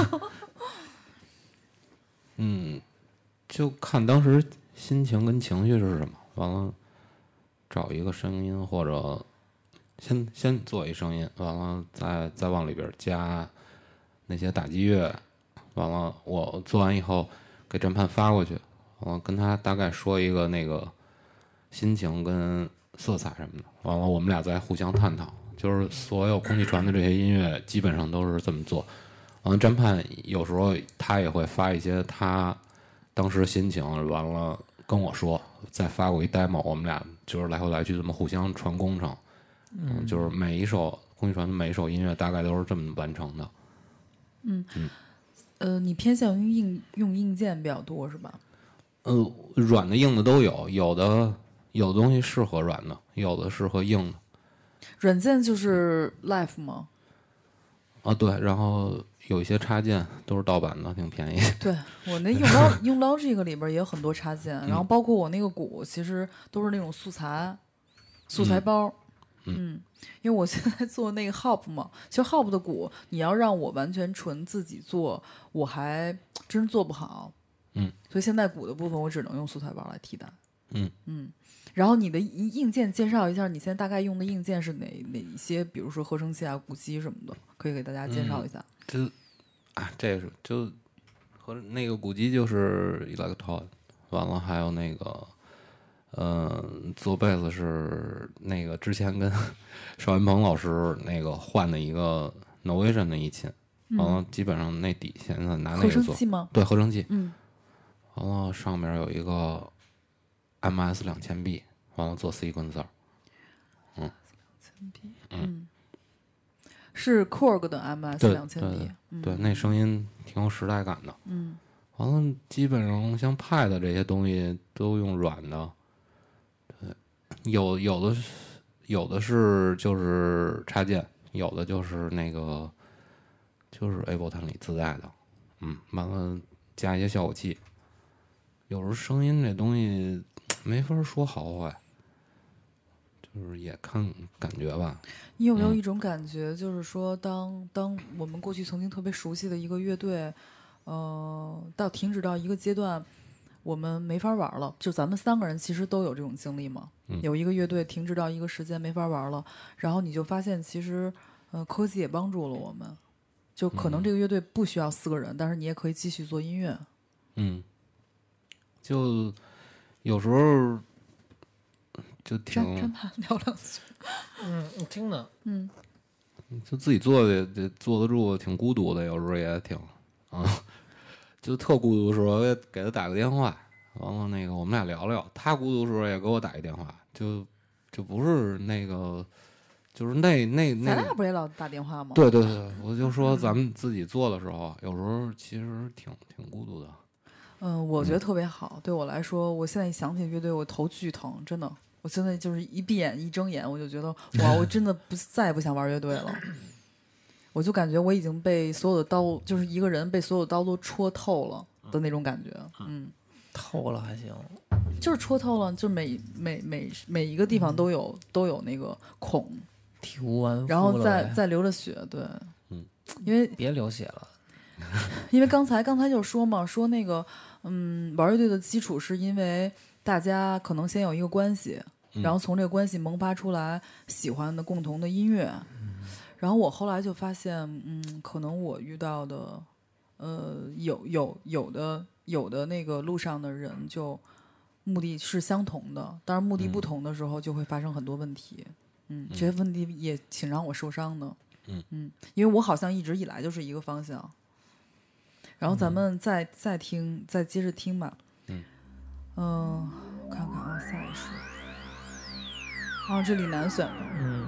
嗯，就看当时心情跟情绪是什么，完了找一个声音或者。先先做一声音，完了再再往里边加那些打击乐，完了我做完以后给侦判发过去，完了跟他大概说一个那个心情跟色彩什么的，完了我们俩再互相探讨。就是所有空气传的这些音乐基本上都是这么做。完了侦判有时候他也会发一些他当时心情，完了跟我说，再发过一 demo， 我们俩就是来回来去这么互相传工程。嗯，就是每一首空气传的每一首音乐大概都是这么完成的。 嗯嗯， 呃，你偏向于硬用硬件比较多是吧？ 呃，软的硬的都有，有的有的东西适合软的，有的适合硬的。 软件就是 Live 吗？ 啊，对，然后有一些插件都是盗版的，挺便宜。 对，我那用到用 Logic 里边也有很多插件，然后包括我那个鼓，其实都是那种素材素材包。嗯嗯， 因为我现在做那个 Hop 嘛，其实 Hop 的鼓，你要让我完全纯自己做，我还真做不好。 嗯， 所以现在鼓的部分我只能用素材包来替代。 嗯嗯，然后你的硬硬件介绍一下，你现在大概用的硬件是哪哪一些？比如说合成器啊、鼓机什么的，可以给大家介绍一下。 就啊，这是就和那个鼓机就是 Electron， 完了还有那个。呃，做贝斯是那个之前跟邵云鹏老师那个换的一个 Novation 的一琴，完了基本上那底现在拿那个做。合成器吗？ 对，合成器。 嗯。 完了上面有一个 M S 两千 B， 完了做 sequencer。嗯。两千 B。嗯。是 Korg 的 M S 两千 B。 对，那声音挺有时代感的。 嗯。 完了，基本上像 Pad 这些东西都用软的。有有的有的是就是插件，有的就是那个就是 Ableton 里自带的，嗯，完了加一些效果器。有时候声音这东西没法说好坏，就是也看感觉吧。 你有没有一种感觉，就是说当当我们过去曾经特别熟悉的一个乐队，呃，到停止到一个阶段，我们没法玩了？就咱们三个人其实都有这种经历嘛。 嗯、 有一个乐队停止到一个时间没法玩了，然后你就发现其实，呃，科技也帮助了我们。就可能这个乐队不需要四个人，嗯、但是你也可以继续做音乐。 嗯，就有时候就挺真怕聊两句。 嗯，我听的。 嗯， 就自己做的得坐得住，挺孤独的，有时候也挺啊，就特孤独的时候也给他打个电话。完了，那个我们俩聊聊。他孤独的时候也给我打一电话，就就不是那个，就是那那那。 咱俩不是也老打电话吗？ 对对对，我就说咱们自己做的时候，有时候其实挺挺孤独的。 嗯，我觉得特别好。嗯、对我来说，我现在一想起乐队，我头巨疼，真的。我现在就是一闭眼一睁眼，我就觉得哇，我真的不再也不想玩乐队了。我就感觉我已经被所有的刀，就是一个人被所有的刀都戳透了的那种感觉。嗯。 透了还行， 就是戳透了，就每每每每一个地方都有、嗯、都有那个孔， 体无完肤了， 然后再再流着血，对， 嗯， 因为别流血了， 因为刚才刚才就说嘛，说那个嗯，玩乐队的基础是因为大家可能先有一个关系， 嗯、 然后从这个关系萌发出来喜欢的共同的音乐， 嗯、 然后我后来就发现，嗯，可能我遇到的，呃，有有有的。有的那个路上的人就目的是相同的，当然目的不同的时候就会发生很多问题。嗯，嗯这些问题也挺让我受伤的。 嗯嗯，因为我好像一直以来就是一个方向。然后咱们再、嗯、再听，再接着听吧。 嗯， 嗯、呃，看看啊，下一首。啊，这李楠选的。 嗯。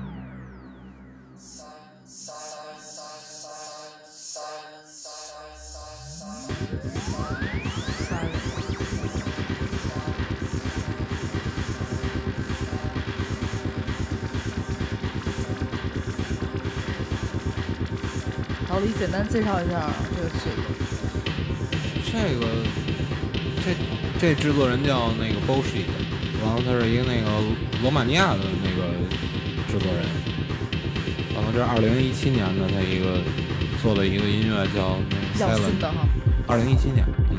老李，简单介绍一下这个曲子。 这个，这这制作人叫那个 Bullshit， 然后他是一个那个罗马尼亚的那个制作人。然后这是二零一七年的他一个做的一个音乐叫那个 Silent， 比较新的哈。 二零一七年，嗯。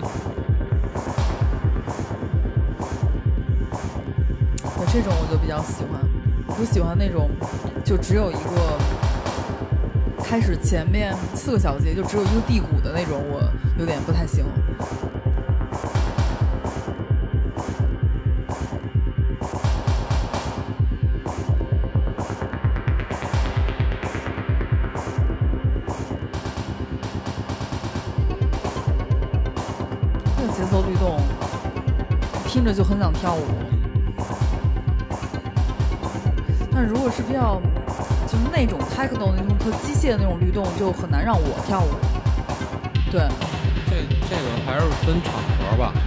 我这种我就比较喜欢，我喜欢那种就只有一个。开始前面四个小节就只有一个地鼓的那种，我有点不太行。这个节奏律动，听着就很想跳舞。但如果是比较。就是那种 techno 那种特机械的那种律动，就很难让我跳舞。对， 这这个还是分场合吧。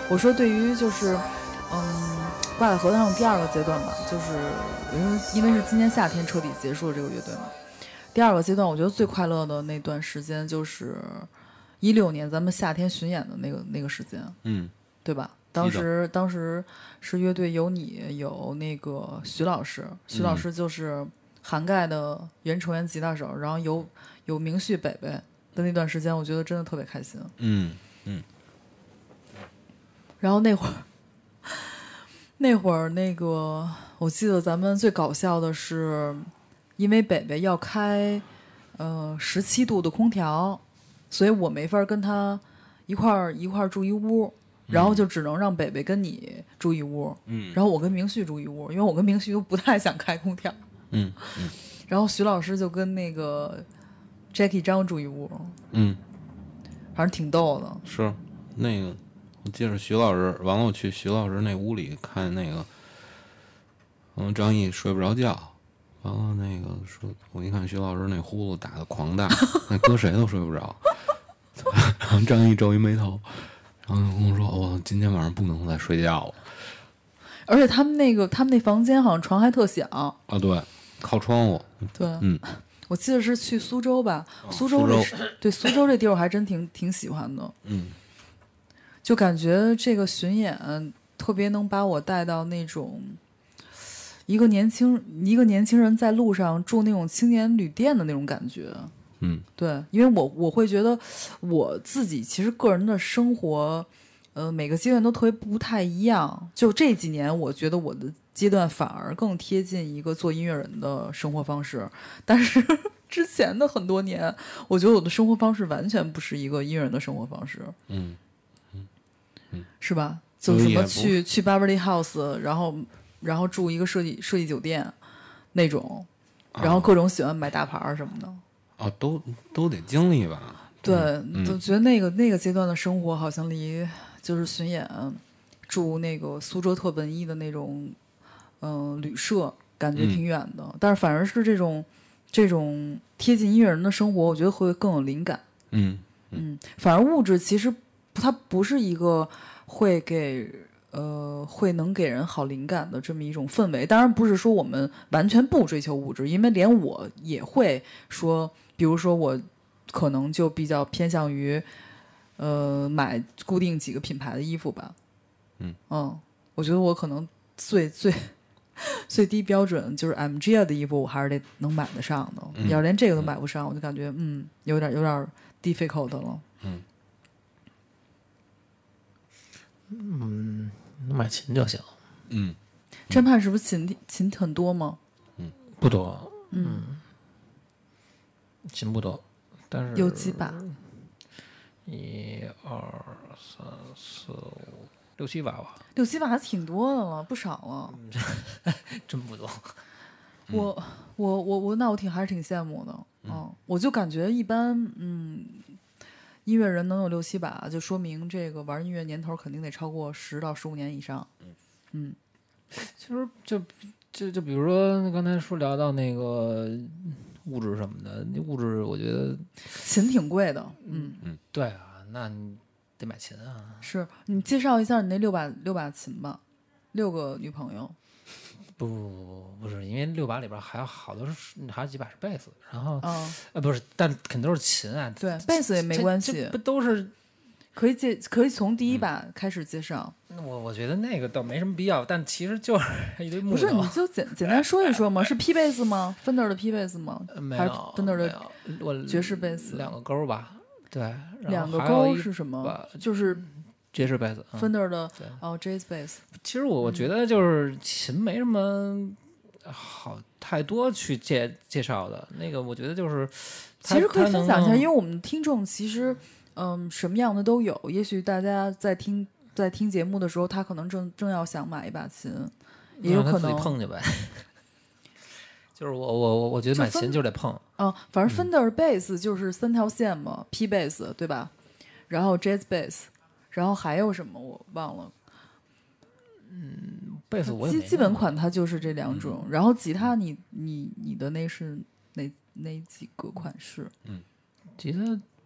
我说对于就是嗯挂在核桃上第二个阶段吧，就是因为因为是今年夏天彻底结束了这个乐队嘛。第二个阶段，我觉得最快乐的那段时间就是一六年咱们夏天巡演的那个那个时间， 嗯， 对吧？当时当时是乐队有你有那个徐老师，徐老师就是涵盖的原成员吉他手，然后有有明旭北北的那段时间，我觉得真的特别开心。 嗯嗯。 然后那会儿，那会儿那个我记得咱们最搞笑的是，因为北北要开呃十七度的空调，所以我没法跟他一块儿一块儿住一屋。然后就只能让北北跟你住一屋， 嗯， 然后我跟明旭住一屋，因为我跟明旭都不太想开空调， 嗯嗯， 然后徐老师就跟那个 Jackie 张住一屋， 嗯， 反正挺逗的。 是那个，我记着徐老师，完了我去徐老师那屋里看那个，嗯，张译睡不着觉，完了那个说，我一看徐老师那呼噜打的狂大，那搁谁都睡不着，然后张译皱一眉头。然后跟我说：“我、哦、今天晚上不能再睡觉了。” 而且他们那个他们那房间好像床还特小啊，对，靠窗户。 对， 嗯， 我记得是去苏州吧， 哦、 苏州这对苏州这地儿我还真挺挺喜欢的。 嗯， 就感觉这个巡演特别能把我带到那种一个年轻一个年轻人在路上住那种青年旅店的那种感觉。 嗯， 对，因为我我会觉得我自己其实个人的生活，呃，每个阶段都特别不太一样。就这几年，我觉得我的阶段反而更贴近一个做音乐人的生活方式，但是之前的很多年，我觉得我的生活方式完全不是一个音乐人的生活方式。 嗯嗯嗯，是吧？就什么去去 Beverly House， 然后然后住一个设计设计酒店那种，然后各种喜欢买大牌什么的。 哦，都都得经历吧。 对， 嗯、 就觉得那个那个阶段的生活好像离就是巡演住那个苏州特文艺的那种嗯、呃、旅社感觉挺远的、嗯，但是反而是这种这种贴近音乐人的生活，我觉得会更有灵感。 嗯嗯, 嗯，反而物质其实它不是一个会给呃会能给人好灵感的这么一种氛围。当然不是说我们完全不追求物质，因为连我也会说。比如说我可能就比较偏向于呃买固定几个品牌的衣服吧。 嗯嗯，我觉得我可能最最最低标准就是 M G A 的衣服我还是得能买得上的、嗯、要连这个都买不上、嗯、我就感觉嗯有点有点 difficult 了。 嗯嗯，买琴就行。 嗯， 侦判是不是琴琴很多吗？ 嗯，不多。 嗯。 嗯，琴不多，但是有几把？ 一二三四五六七把吧。 六七把还挺多的了，不少了。 真不多。 我我我我，那我挺还是挺羡慕的。嗯，嗯我就感觉一般，嗯，音乐人能有六七把，就说明这个玩音乐年头肯定得超过十到十五年以上。嗯嗯， 其实就就就比如说刚才说聊到那个。物质什么的，那物质我觉得琴挺贵的，嗯嗯，对啊，那你得买琴啊。 是你介绍一下你那六把六把琴吧，六个女朋友。 不不不不是，因为六把里边还有好多是还有几把是贝斯，然后啊、 哦呃、不是，但肯定都是琴啊。 对，贝斯也没关系， 不都是可以介可以从第一把开始介绍。 嗯、我我觉得那个倒没什么必要，但其实就是一堆木头。 不是，你就简简单说一说嘛，是 P 贝斯吗 ？Fender 的 P 贝斯吗？ 没有， 还是 Fender 的我爵士贝斯？ 两个勾吧，对， 两个勾是什么？就是爵士贝斯 ，Fender 的、 嗯、 哦 Jazz Bass。 其实我我觉得就是琴没什么好太多去介介绍的，那个我觉得就是， 其实可以分享一下，因为我们听众其实嗯什么样的都有，也许大家在听。在听节目的时候，他可能正正要想买一把琴，也有可能自己碰去呗。就是我我我我觉得买琴就得碰啊，反正 Fender Bass 就是三条线嘛、嗯、，P Bass 对吧？然后 Jazz Bass， 然后还有什么我忘了。 嗯，贝斯我基基本款它就是这两种，嗯、然后吉他你你你的那是哪哪几个款式？ 嗯，吉他。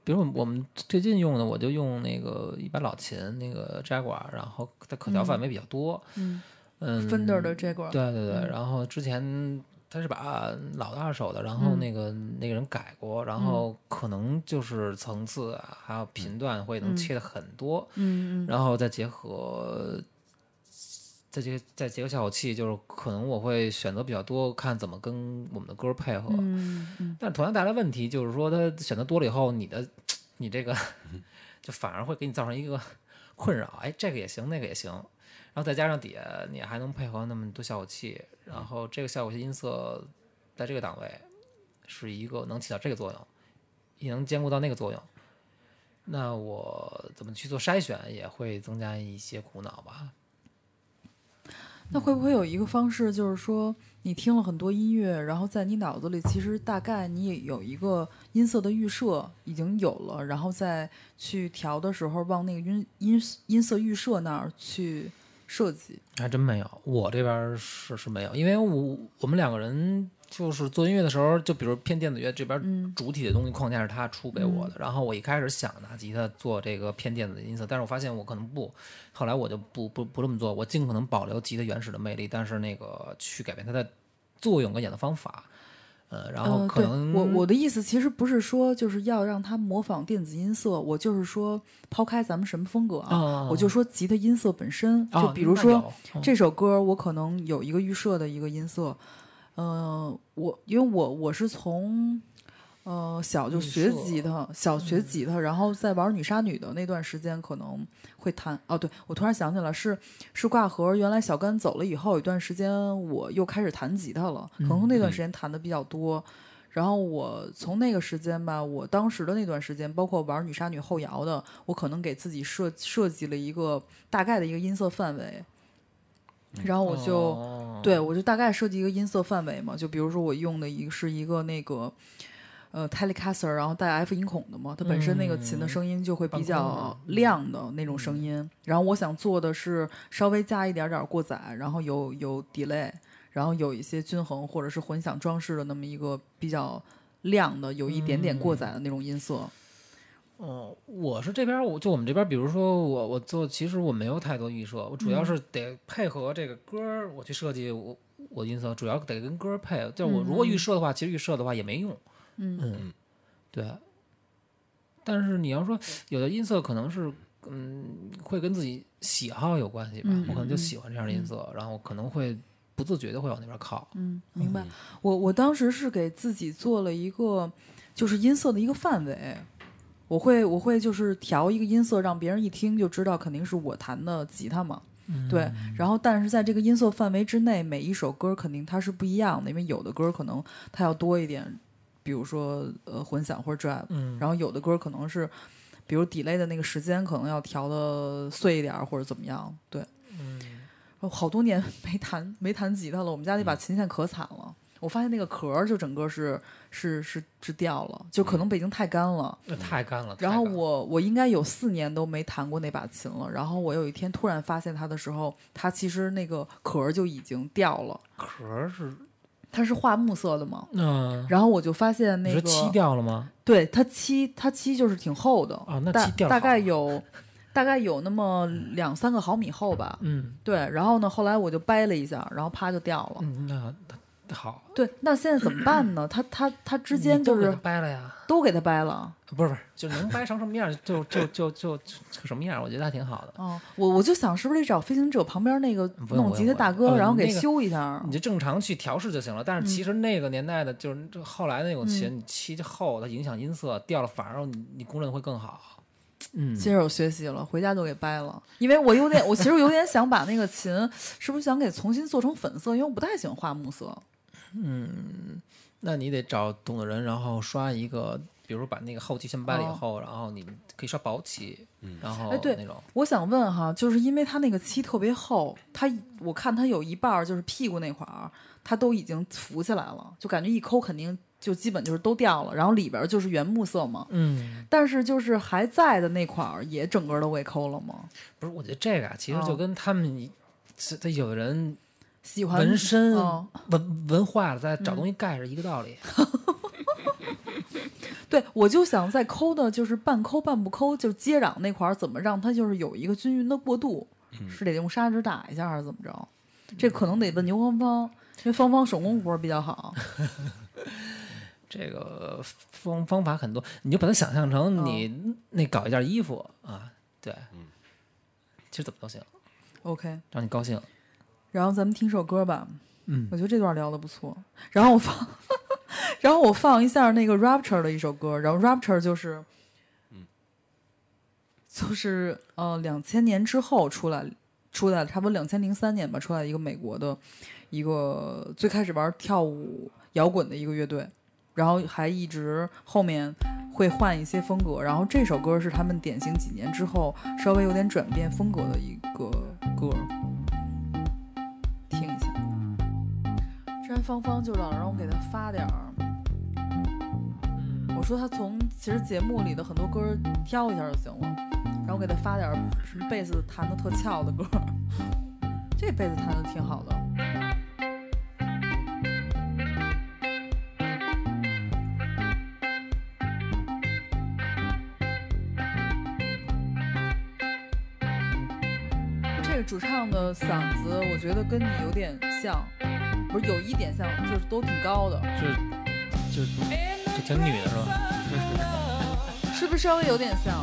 比如我们最近用的，我就用那个一把老琴，那个 Jaguar， 然后它可调范围比较多。 嗯嗯 Fender 的 Jaguar。 对对对， 嗯然后之前它是把老的二手的，然后那个、嗯、那个人改过，然后可能就是层次啊，还有频段会能切的很多。 嗯嗯。 然后再结合。再结再结合效果器，就是可能我会选择比较多，看怎么跟我们的歌配合。 嗯嗯。 但同样带来问题就是说，它选择多了以后，你的你这个就反而会给你造成一个困扰。哎，这个也行，那个也行，然后再加上底下你还能配合那么多效果器，然后这个效果器音色在这个档位是一个能起到这个作用，也能兼顾到那个作用。那我怎么去做筛选，也会增加一些苦恼吧。 那会不会有一个方式，就是说你听了很多音乐，然后在你脑子里其实大概你也有一个音色的预设已经有了，然后再去调的时候往那个音音音色预设那儿去设计？ 还真没有，我这边是是没有，因为我我们两个人就是做音乐的时候，就比如偏电子乐这边主体的东西框架是他出给我的，嗯、然后我一开始想拿吉他做这个偏电子的音色，但是我发现我可能不，后来我就不不不这么做，我尽可能保留吉他原始的魅力，但是那个去改变它的作用跟演奏方法。呃，然后可能、 呃、我我的意思其实不是说就是要让它模仿电子音色，我就是说抛开咱们什么风格啊， 哦、 我就说吉他音色本身， 哦、 就比如说、 哦、 这首歌我可能有一个预设的一个音色，呃，我因为我我是从呃小就学吉他，小学吉他，然后在玩女杀女的那段时间可能会弹。哦，对，我突然想起来是是挂盒，原来小甘走了以后，有一段时间我又开始弹吉他了，可能那段时间弹的比较多。嗯、然后我从那个时间吧，我当时的那段时间，包括玩女杀女后摇的，我可能给自己设设计了一个大概的一个音色范围。然后我就、哦、对我就大概设计一个音色范围嘛，就比如说我用的一个是一个那个呃 Telecaster， 然后带 F 音孔的嘛，它本身那个琴的声音就会比较亮的那种声音。嗯、然后我想做的是稍微加一点点过载，然后有有 delay， 然后有一些均衡或者是混响装饰的那么一个比较亮的，有一点点过载的那种音色。嗯哦，我是这边，我就我们这边，比如说我我做，其实我没有太多预设，我主要是得配合这个歌，我去设计我我音色，主要得跟歌配。就我如果预设的话，嗯、其实预设的话也没用。 嗯嗯，对。但是你要说有的音色可能是嗯会跟自己喜好有关系吧， 嗯、 我可能就喜欢这样的音色，嗯、然后可能会不自觉的会往那边靠。 嗯，明白。嗯、我我当时是给自己做了一个就是音色的一个范围。我会我会就是调一个音色，让别人一听就知道肯定是我弹的吉他嘛， 嗯、 对。然后但是在这个音色范围之内，每一首歌肯定它是不一样的，因为有的歌可能它要多一点，比如说呃混响或者 drive， 嗯、 然后有的歌可能是，比如 delay 的那个时间可能要调的碎一点或者怎么样，对。 嗯， 好多年没弹没弹吉他了，我们家那把琴现在可惨了。我发现那个壳就整个是是是是掉了，就可能北京太干了， 那、嗯、太干了。 然后我我应该有四年都没弹过那把琴了。然后我有一天突然发现它的时候，它其实那个壳就已经掉了。 壳是它是画木色的嘛？ 嗯。 然后我就发现那个你说漆掉了吗？ 对，它漆它漆就是挺厚的啊、哦，那漆掉了大概有大概有那么两三个毫米厚吧。 嗯， 对。然后呢，后来我就掰了一下，然后啪就掉了。 嗯，那。好， 对，那现在怎么办呢？他他他之间就是都给他掰了呀， 都给他掰了， 不是不是，就能掰成什么样就就就就就什么样，我觉得还挺好的。 哦，我我就想是不是得找飞行者旁边那个弄吉他大哥，然后给修一下、 呃，你就正常去调试就行了。但是其实那个年代的，就是后来那种琴， 嗯、 你漆厚，它影响音色，掉了反而你你公认会更好。嗯， 接着我学习了，回家就给掰了，因为我有点，我其实有点想把那个琴是不是想给重新做成粉色，因为我不太喜欢画木色。 嗯，那你得找懂的人，然后刷一个，比如说把那个后期先掰了以后， 哦、 然后你可以刷薄漆，嗯，然后哎对那种。 我想问哈，就是因为它那个漆特别厚，它我看它有一半就是屁股那块儿，它都已经浮起来了，就感觉一抠肯定就基本就是都掉了，然后里边就是原木色嘛， 嗯， 但是就是还在的那块儿也整个都给抠了吗？ 不是，我觉得这个啊，其实就跟他们，他、哦、有的人。 喜欢纹身、 哦、 纹纹坏了再找东西盖是一个道理。 嗯、 对，我就想在抠的，就是半抠半不抠，就接壤那块儿，怎么让它就是有一个均匀的过渡？ 嗯、 是得用砂纸打一下，还是怎么着？这可能得问牛芳芳，因为芳芳手工活比较好。 这个方方法很多，你就把它想象成你那搞一件衣服、哦、啊，对， 嗯， 其实怎么都行。 OK， 让你高兴。 然后咱们听首歌吧。 嗯， 我觉得这段聊得不错。然后我放，然后我放一下那个 Rapture 的一首歌。然后 Rapture 就是， 嗯， 就是呃，两千年之后出来，出来差不多两千零三年吧，出来一个美国的一个最开始玩跳舞摇滚的一个乐队，然后还一直后面会换一些风格。然后这首歌是他们典型几年之后稍微有点转变风格的一个歌。听一下，之前芳芳就老让我给他发点儿， 嗯， 我说他从其实节目里的很多歌挑一下就行了，然后给他发点儿什么贝斯弹的特翘的歌，这贝斯弹的挺好的。这个主唱的嗓子我觉得跟你有点像，不是有一点像，就是都挺高的， 就就就挺女的是吧？ 是不是稍微有点像？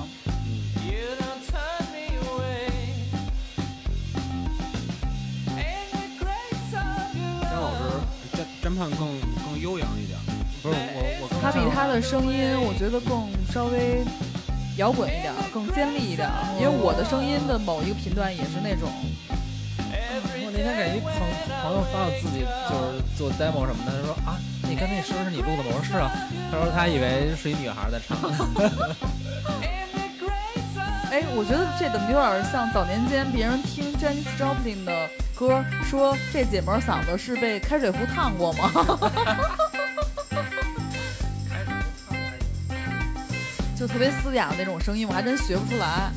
张老师詹詹盼更更悠扬一点， 不是我我他比他的声音我觉得更稍微摇滚一点，更尖利一点，因为我的声音的某一个频段也是那种。 我那天给一朋朋友发我自己就是做 demo 什么的，他说啊，你刚才是不是你录的吗？我说是啊。他说他以为是一女孩在唱。 哎，我觉得这怎么有点像早年间别人听 Janis Joplin 的歌，说这姐们儿嗓子是被开水壶烫过吗？就特别嘶哑的那种声音，我还真学不出来。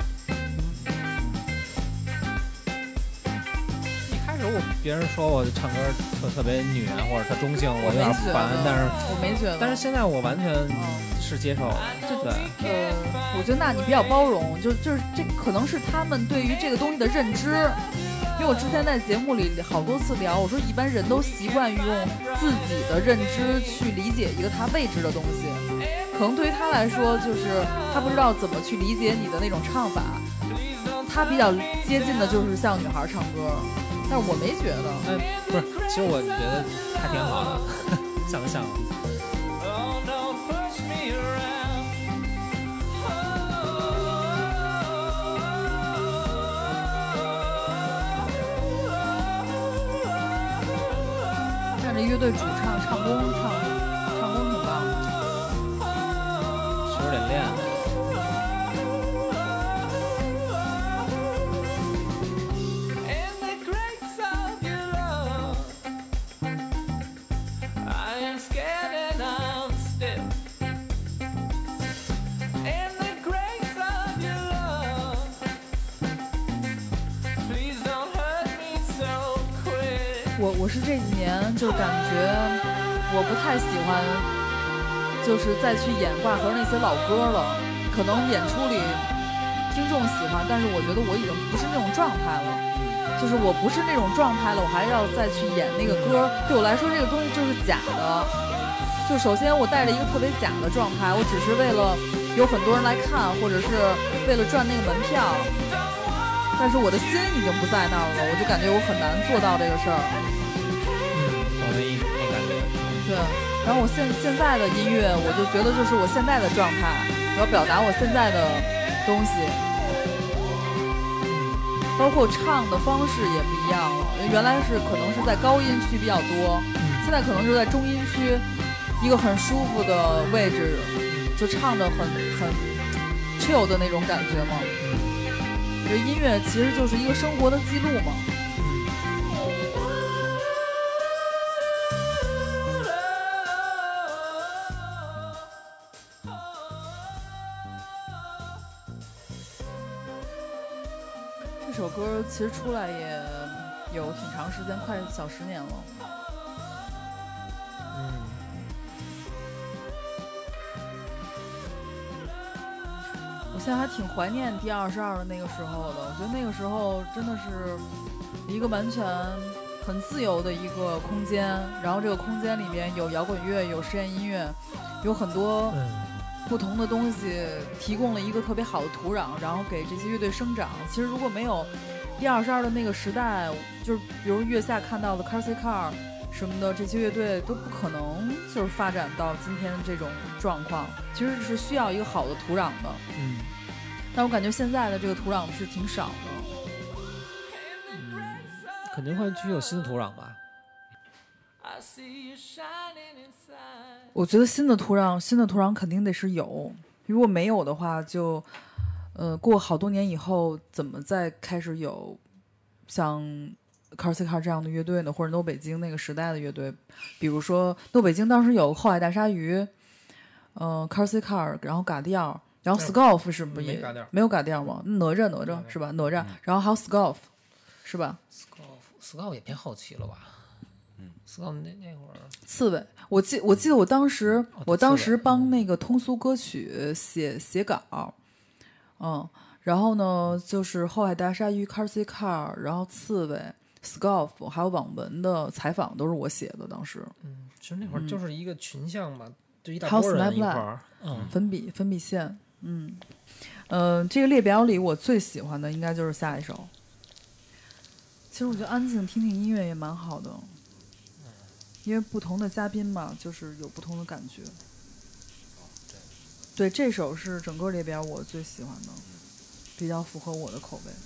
一开始我别人说我唱歌特特别女啊，或者特中性，我有点烦，但是我没觉得。 但是现在我完全是接受， 就对， 呃，我觉得那你比较包容，就就是这可能是他们对于这个东西的认知。因为我之前在节目里好多次聊，我说一般人都习惯于用自己的认知去理解一个他未知的东西。可能对于他来说，就是他不知道怎么去理解你的那种唱法，他比较接近的就是像女孩唱歌，但是我没觉得。 嗯，不是，其实我觉得还挺好的，像不像？ 看这乐队主唱唱功唱唱功挺棒的。 其实得练。 我我是这几年就感觉我不太喜欢，就是再去演挂盒那些老歌了。可能演出里听众喜欢，但是我觉得我已经不是那种状态了，就是我不是那种状态了，我还要再去演那个歌。对我来说，这个东西就是假的。就首先我带着一个特别假的状态，我只是为了有很多人来看，或者是为了赚那个门票。但是我的心已经不在那儿了，我就感觉我很难做到这个事儿。 嗯，我那那感觉。 对，然后我现现在的音乐，我就觉得就是我现在的状态，我要表达我现在的东西，包括唱的方式也不一样了。原来是可能是在高音区比较多，现在可能是在中音区，一个很舒服的位置，就唱的很很 chill 的那种感觉嘛。这音乐其实就是一个生活的记录嘛。这首歌其实出来也有挺长时间，快小十年了。 嗯。 我现在还挺怀念第二十二的那个时候的，我觉得那个时候真的是一个完全很自由的一个空间，然后这个空间里面有摇滚乐，有实验音乐，有很多不同的东西，提供了一个特别好的土壤，然后给这些乐队生长。其实如果没有第二十二的那个时代，就是比如月下看到的 Car C Car 什么的，这些乐队都不可能就是发展到今天这种状况，其实是需要一个好的土壤的。 嗯， 但我感觉现在的这个土壤是挺少的。 嗯，肯定会去有新的土壤吧。 我觉得新的土壤，新的土壤肯定得是有，如果没有的话就，呃，过好多年以后，怎么再开始有像 Car C Car 这样的乐队呢？或者 No 北京那个时代的乐队，比如说 No 北京当时有后海大鲨鱼，嗯、呃、，Car C Car， 然后嘎调，然后 Scoff 是不是也没嘎调？ 没有嘎调吗？哪吒哪吒是吧？哪吒，然后还有 Scoff 是吧 ？Scoff Scoff 也偏后期了吧？嗯 ，Scoff 那那会儿刺猬，我记我记得我当时、 哦、 我当时帮那个通俗歌曲写写稿，嗯，然后呢就是后海大鲨鱼 Car C Car， 然后刺猬 Scoff 还有网文的采访都是我写的，当时。 嗯，其实那会儿就是一个群像嘛，嗯、就一大波人一块儿，嗯， 粉笔粉笔线，嗯，呃，这个列表里我最喜欢的应该就是下一首。其实我觉得安静听听音乐也蛮好的。因为不同的嘉宾嘛，就是有不同的感觉。对，这首是整个列表我最喜欢的，比较符合我的口味。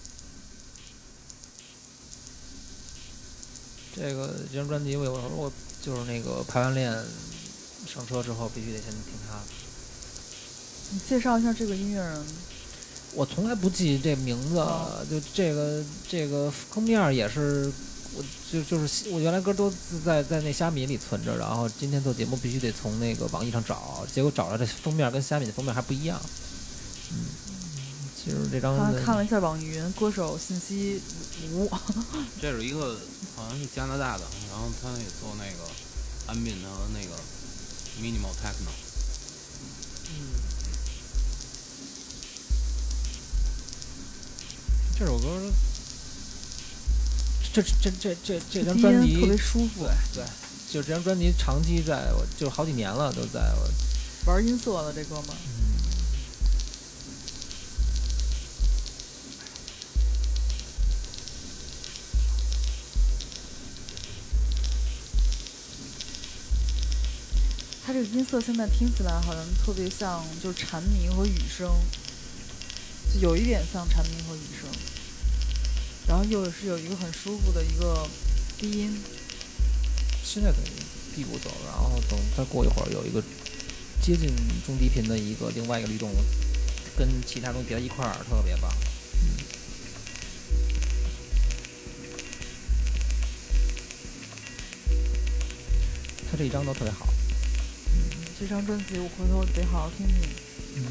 这个这张专辑我有时候我就是那个排完练上车之后必须得先听它。 你介绍一下这个音乐人。 我从来不记这名字，哦、就这个这个封面也是。我就就是我原来歌都在在那虾米里存着，然后今天做节目必须得从那个网易上找，结果找了这封面跟虾米的封面还不一样。嗯，其实这张他看了一下网易云歌手信息无， 这是一个好像是加拿大的，然后他也做那个安bình和那个 minimal techno。 嗯，这首歌。这这这这这张专辑特别舒服， 对，就这张专辑长期在我就好几年了，都在我玩音色的这哥们儿。 嗯， 他这个音色现在听起来好像特别像就是蝉鸣和雨声，就有一点像蝉鸣和雨声。然后又是有一个很舒服的一个低音， 现在等于低鼓走，然后等再过一会儿有一个接近中低频的一个另外一个律动，跟其他东西叠在一块儿，特别棒。嗯，他这一张都特别好。 嗯，这张专辑我回头得好好听听。 嗯，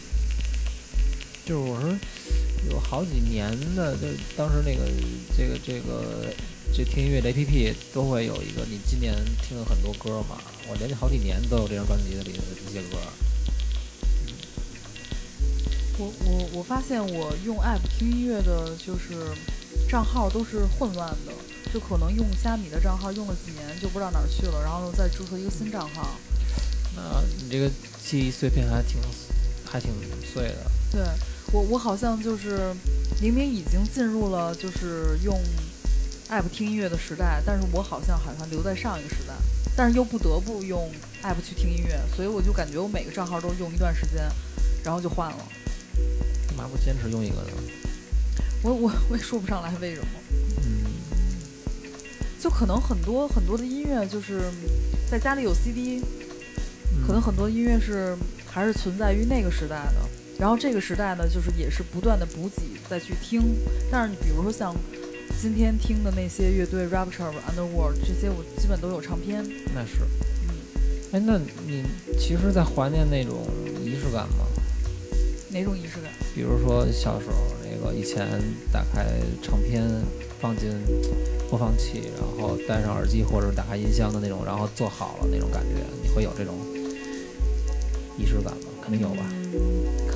就是我说。有好几年的，就当时那个这个这个这听音乐的 A P P 都会有一个你今年听了很多歌嘛，我连续好几年都有这张专辑里的这些歌。 嗯、我我我发现我用 app 听音乐的，就是账号都是混乱的，就可能用虾米的账号用了几年就不知道哪儿去了，然后再注册一个新账号。 那你这个记忆碎片还挺还挺碎的。 对。我我好像就是明明已经进入了就是用 app 听音乐的时代，但是我好像好像留在上一个时代，但是又不得不用 app 去听音乐，所以我就感觉我每个账号都用一段时间，然后就换了。 干嘛不坚持用一个呢？ 我我我也说不上来为什么。 嗯， 就可能很多很多的音乐就是在家里有 C D，、嗯、可能很多音乐是还是存在于那个时代的。然后这个时代呢，就是也是不断的补给再去听，但是你比如说像今天听的那些乐队 Rapture、Underworld 这些，我基本都有唱片。 那是，嗯，哎，那你其实在怀念那种仪式感吗？ 哪种仪式感？ 比如说小时候那个以前打开唱片，放进播放器，然后戴上耳机或者打开音箱的那种，然后做好了那种感觉，你会有这种仪式感吗？肯定有吧。 嗯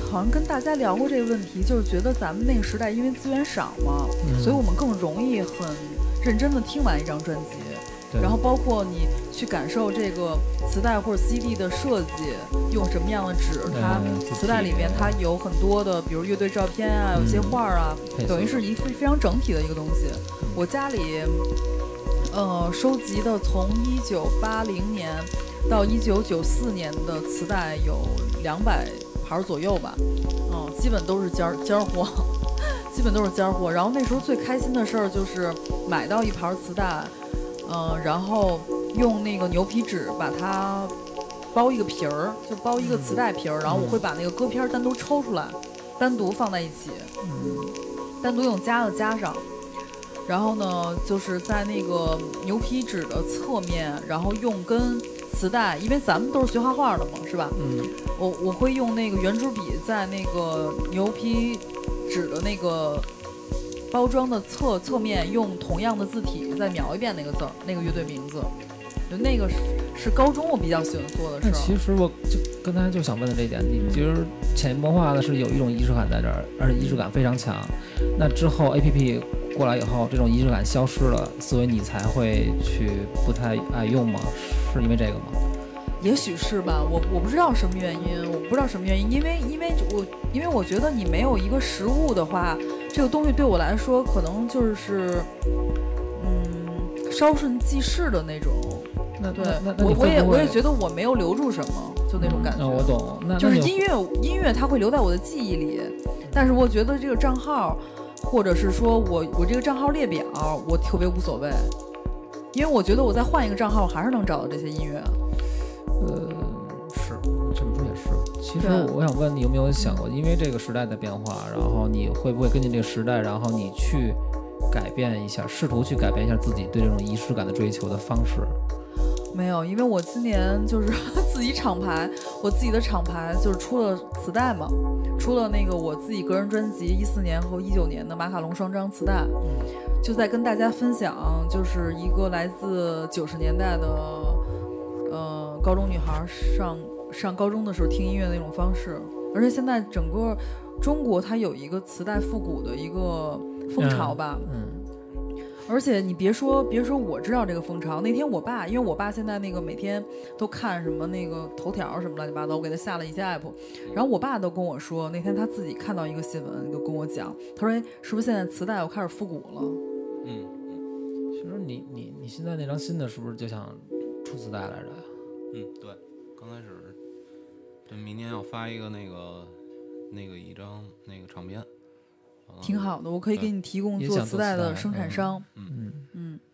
好像跟大家聊过这个问题，就是觉得咱们那个时代因为资源少嘛， 嗯、 所以我们更容易很认真的听完一张专辑。然后包括你去感受这个磁带或者 C D 的设计，用什么样的纸，它磁带里面它有很多的，比如乐队照片啊，有些画啊， 嗯、 等于是一非非常整体的一个东西。我家里，呃，收集的从一九八零年到一九九四年的磁带有两百盘左右吧，嗯，基本都是尖儿尖儿货，基本都是尖儿货。然后那时候最开心的事儿就是买到一盘磁带。嗯，然后用那个牛皮纸把它包一个皮儿，就包一个磁带皮儿，然后我会把那个歌片单独抽出来，单独放在一起，单独用夹子夹上。然后呢，就是在那个牛皮纸的侧面，然后用跟磁带，因为咱们都是学画画的嘛，是吧？ 嗯， 我我会用那个圆珠笔在那个牛皮纸的那个包装的侧侧面用同样的字体再描一遍那个字儿，那个乐队名字，就那个是是高中我比较喜欢做的事儿。 其实我就刚才就想问的这一点，你就是潜移默化的是有一种仪式感在这儿，而且仪式感非常强。那之后 A P P 过来以后，这种仪式感消失了，所以你才会去不太爱用吗？是因为这个吗？ 也许是吧，我我不知道什么原因，我不知道什么原因，因为因为我因为我觉得你没有一个实物的话，这个东西对我来说可能就是嗯稍瞬即逝的那种。 那对， 那那我我也我也觉得得我没有留住什么，就那种感觉。 嗯、我懂，那就是音乐音乐它会留在我的记忆里，但是我觉得这个账号，或者是说我我这个账号列表，我特别无所谓，因为我觉得我再换一个账号还是能找到这些音乐。 呃，是这么说也是。其实我想问你有没有想过，因为这个时代的变化，然后你会不会根据这个时代，然后你去改变一下，试图去改变一下自己对这种仪式感的追求的方式？ 没有，因为我今年就是自己厂牌，我自己的厂牌就是出了磁带嘛，出了那个我自己个人专辑一四年和一九年的马卡龙双张磁带，就在跟大家分享，就是一个来自九十年代的呃高中女孩上上高中的时候听音乐的那种方式，而且现在整个中国它有一个磁带复古的一个风潮吧， 嗯。嗯而且你别说，别说我知道这个风潮。那天我爸，因为我爸现在那个每天都看什么那个头条什么乱七八糟，我给他下了一些 app， 然后我爸都跟我说，那天他自己看到一个新闻，就跟我讲，他说：“是不是现在磁带又开始复古了？” 嗯嗯，其实你你你现在那张新的是不是就想出磁带来着？ 嗯，对，刚开始，对，明年要发一个那个那个一张那个唱片。 挺好的，我可以给你提供做磁带的生产商。 嗯，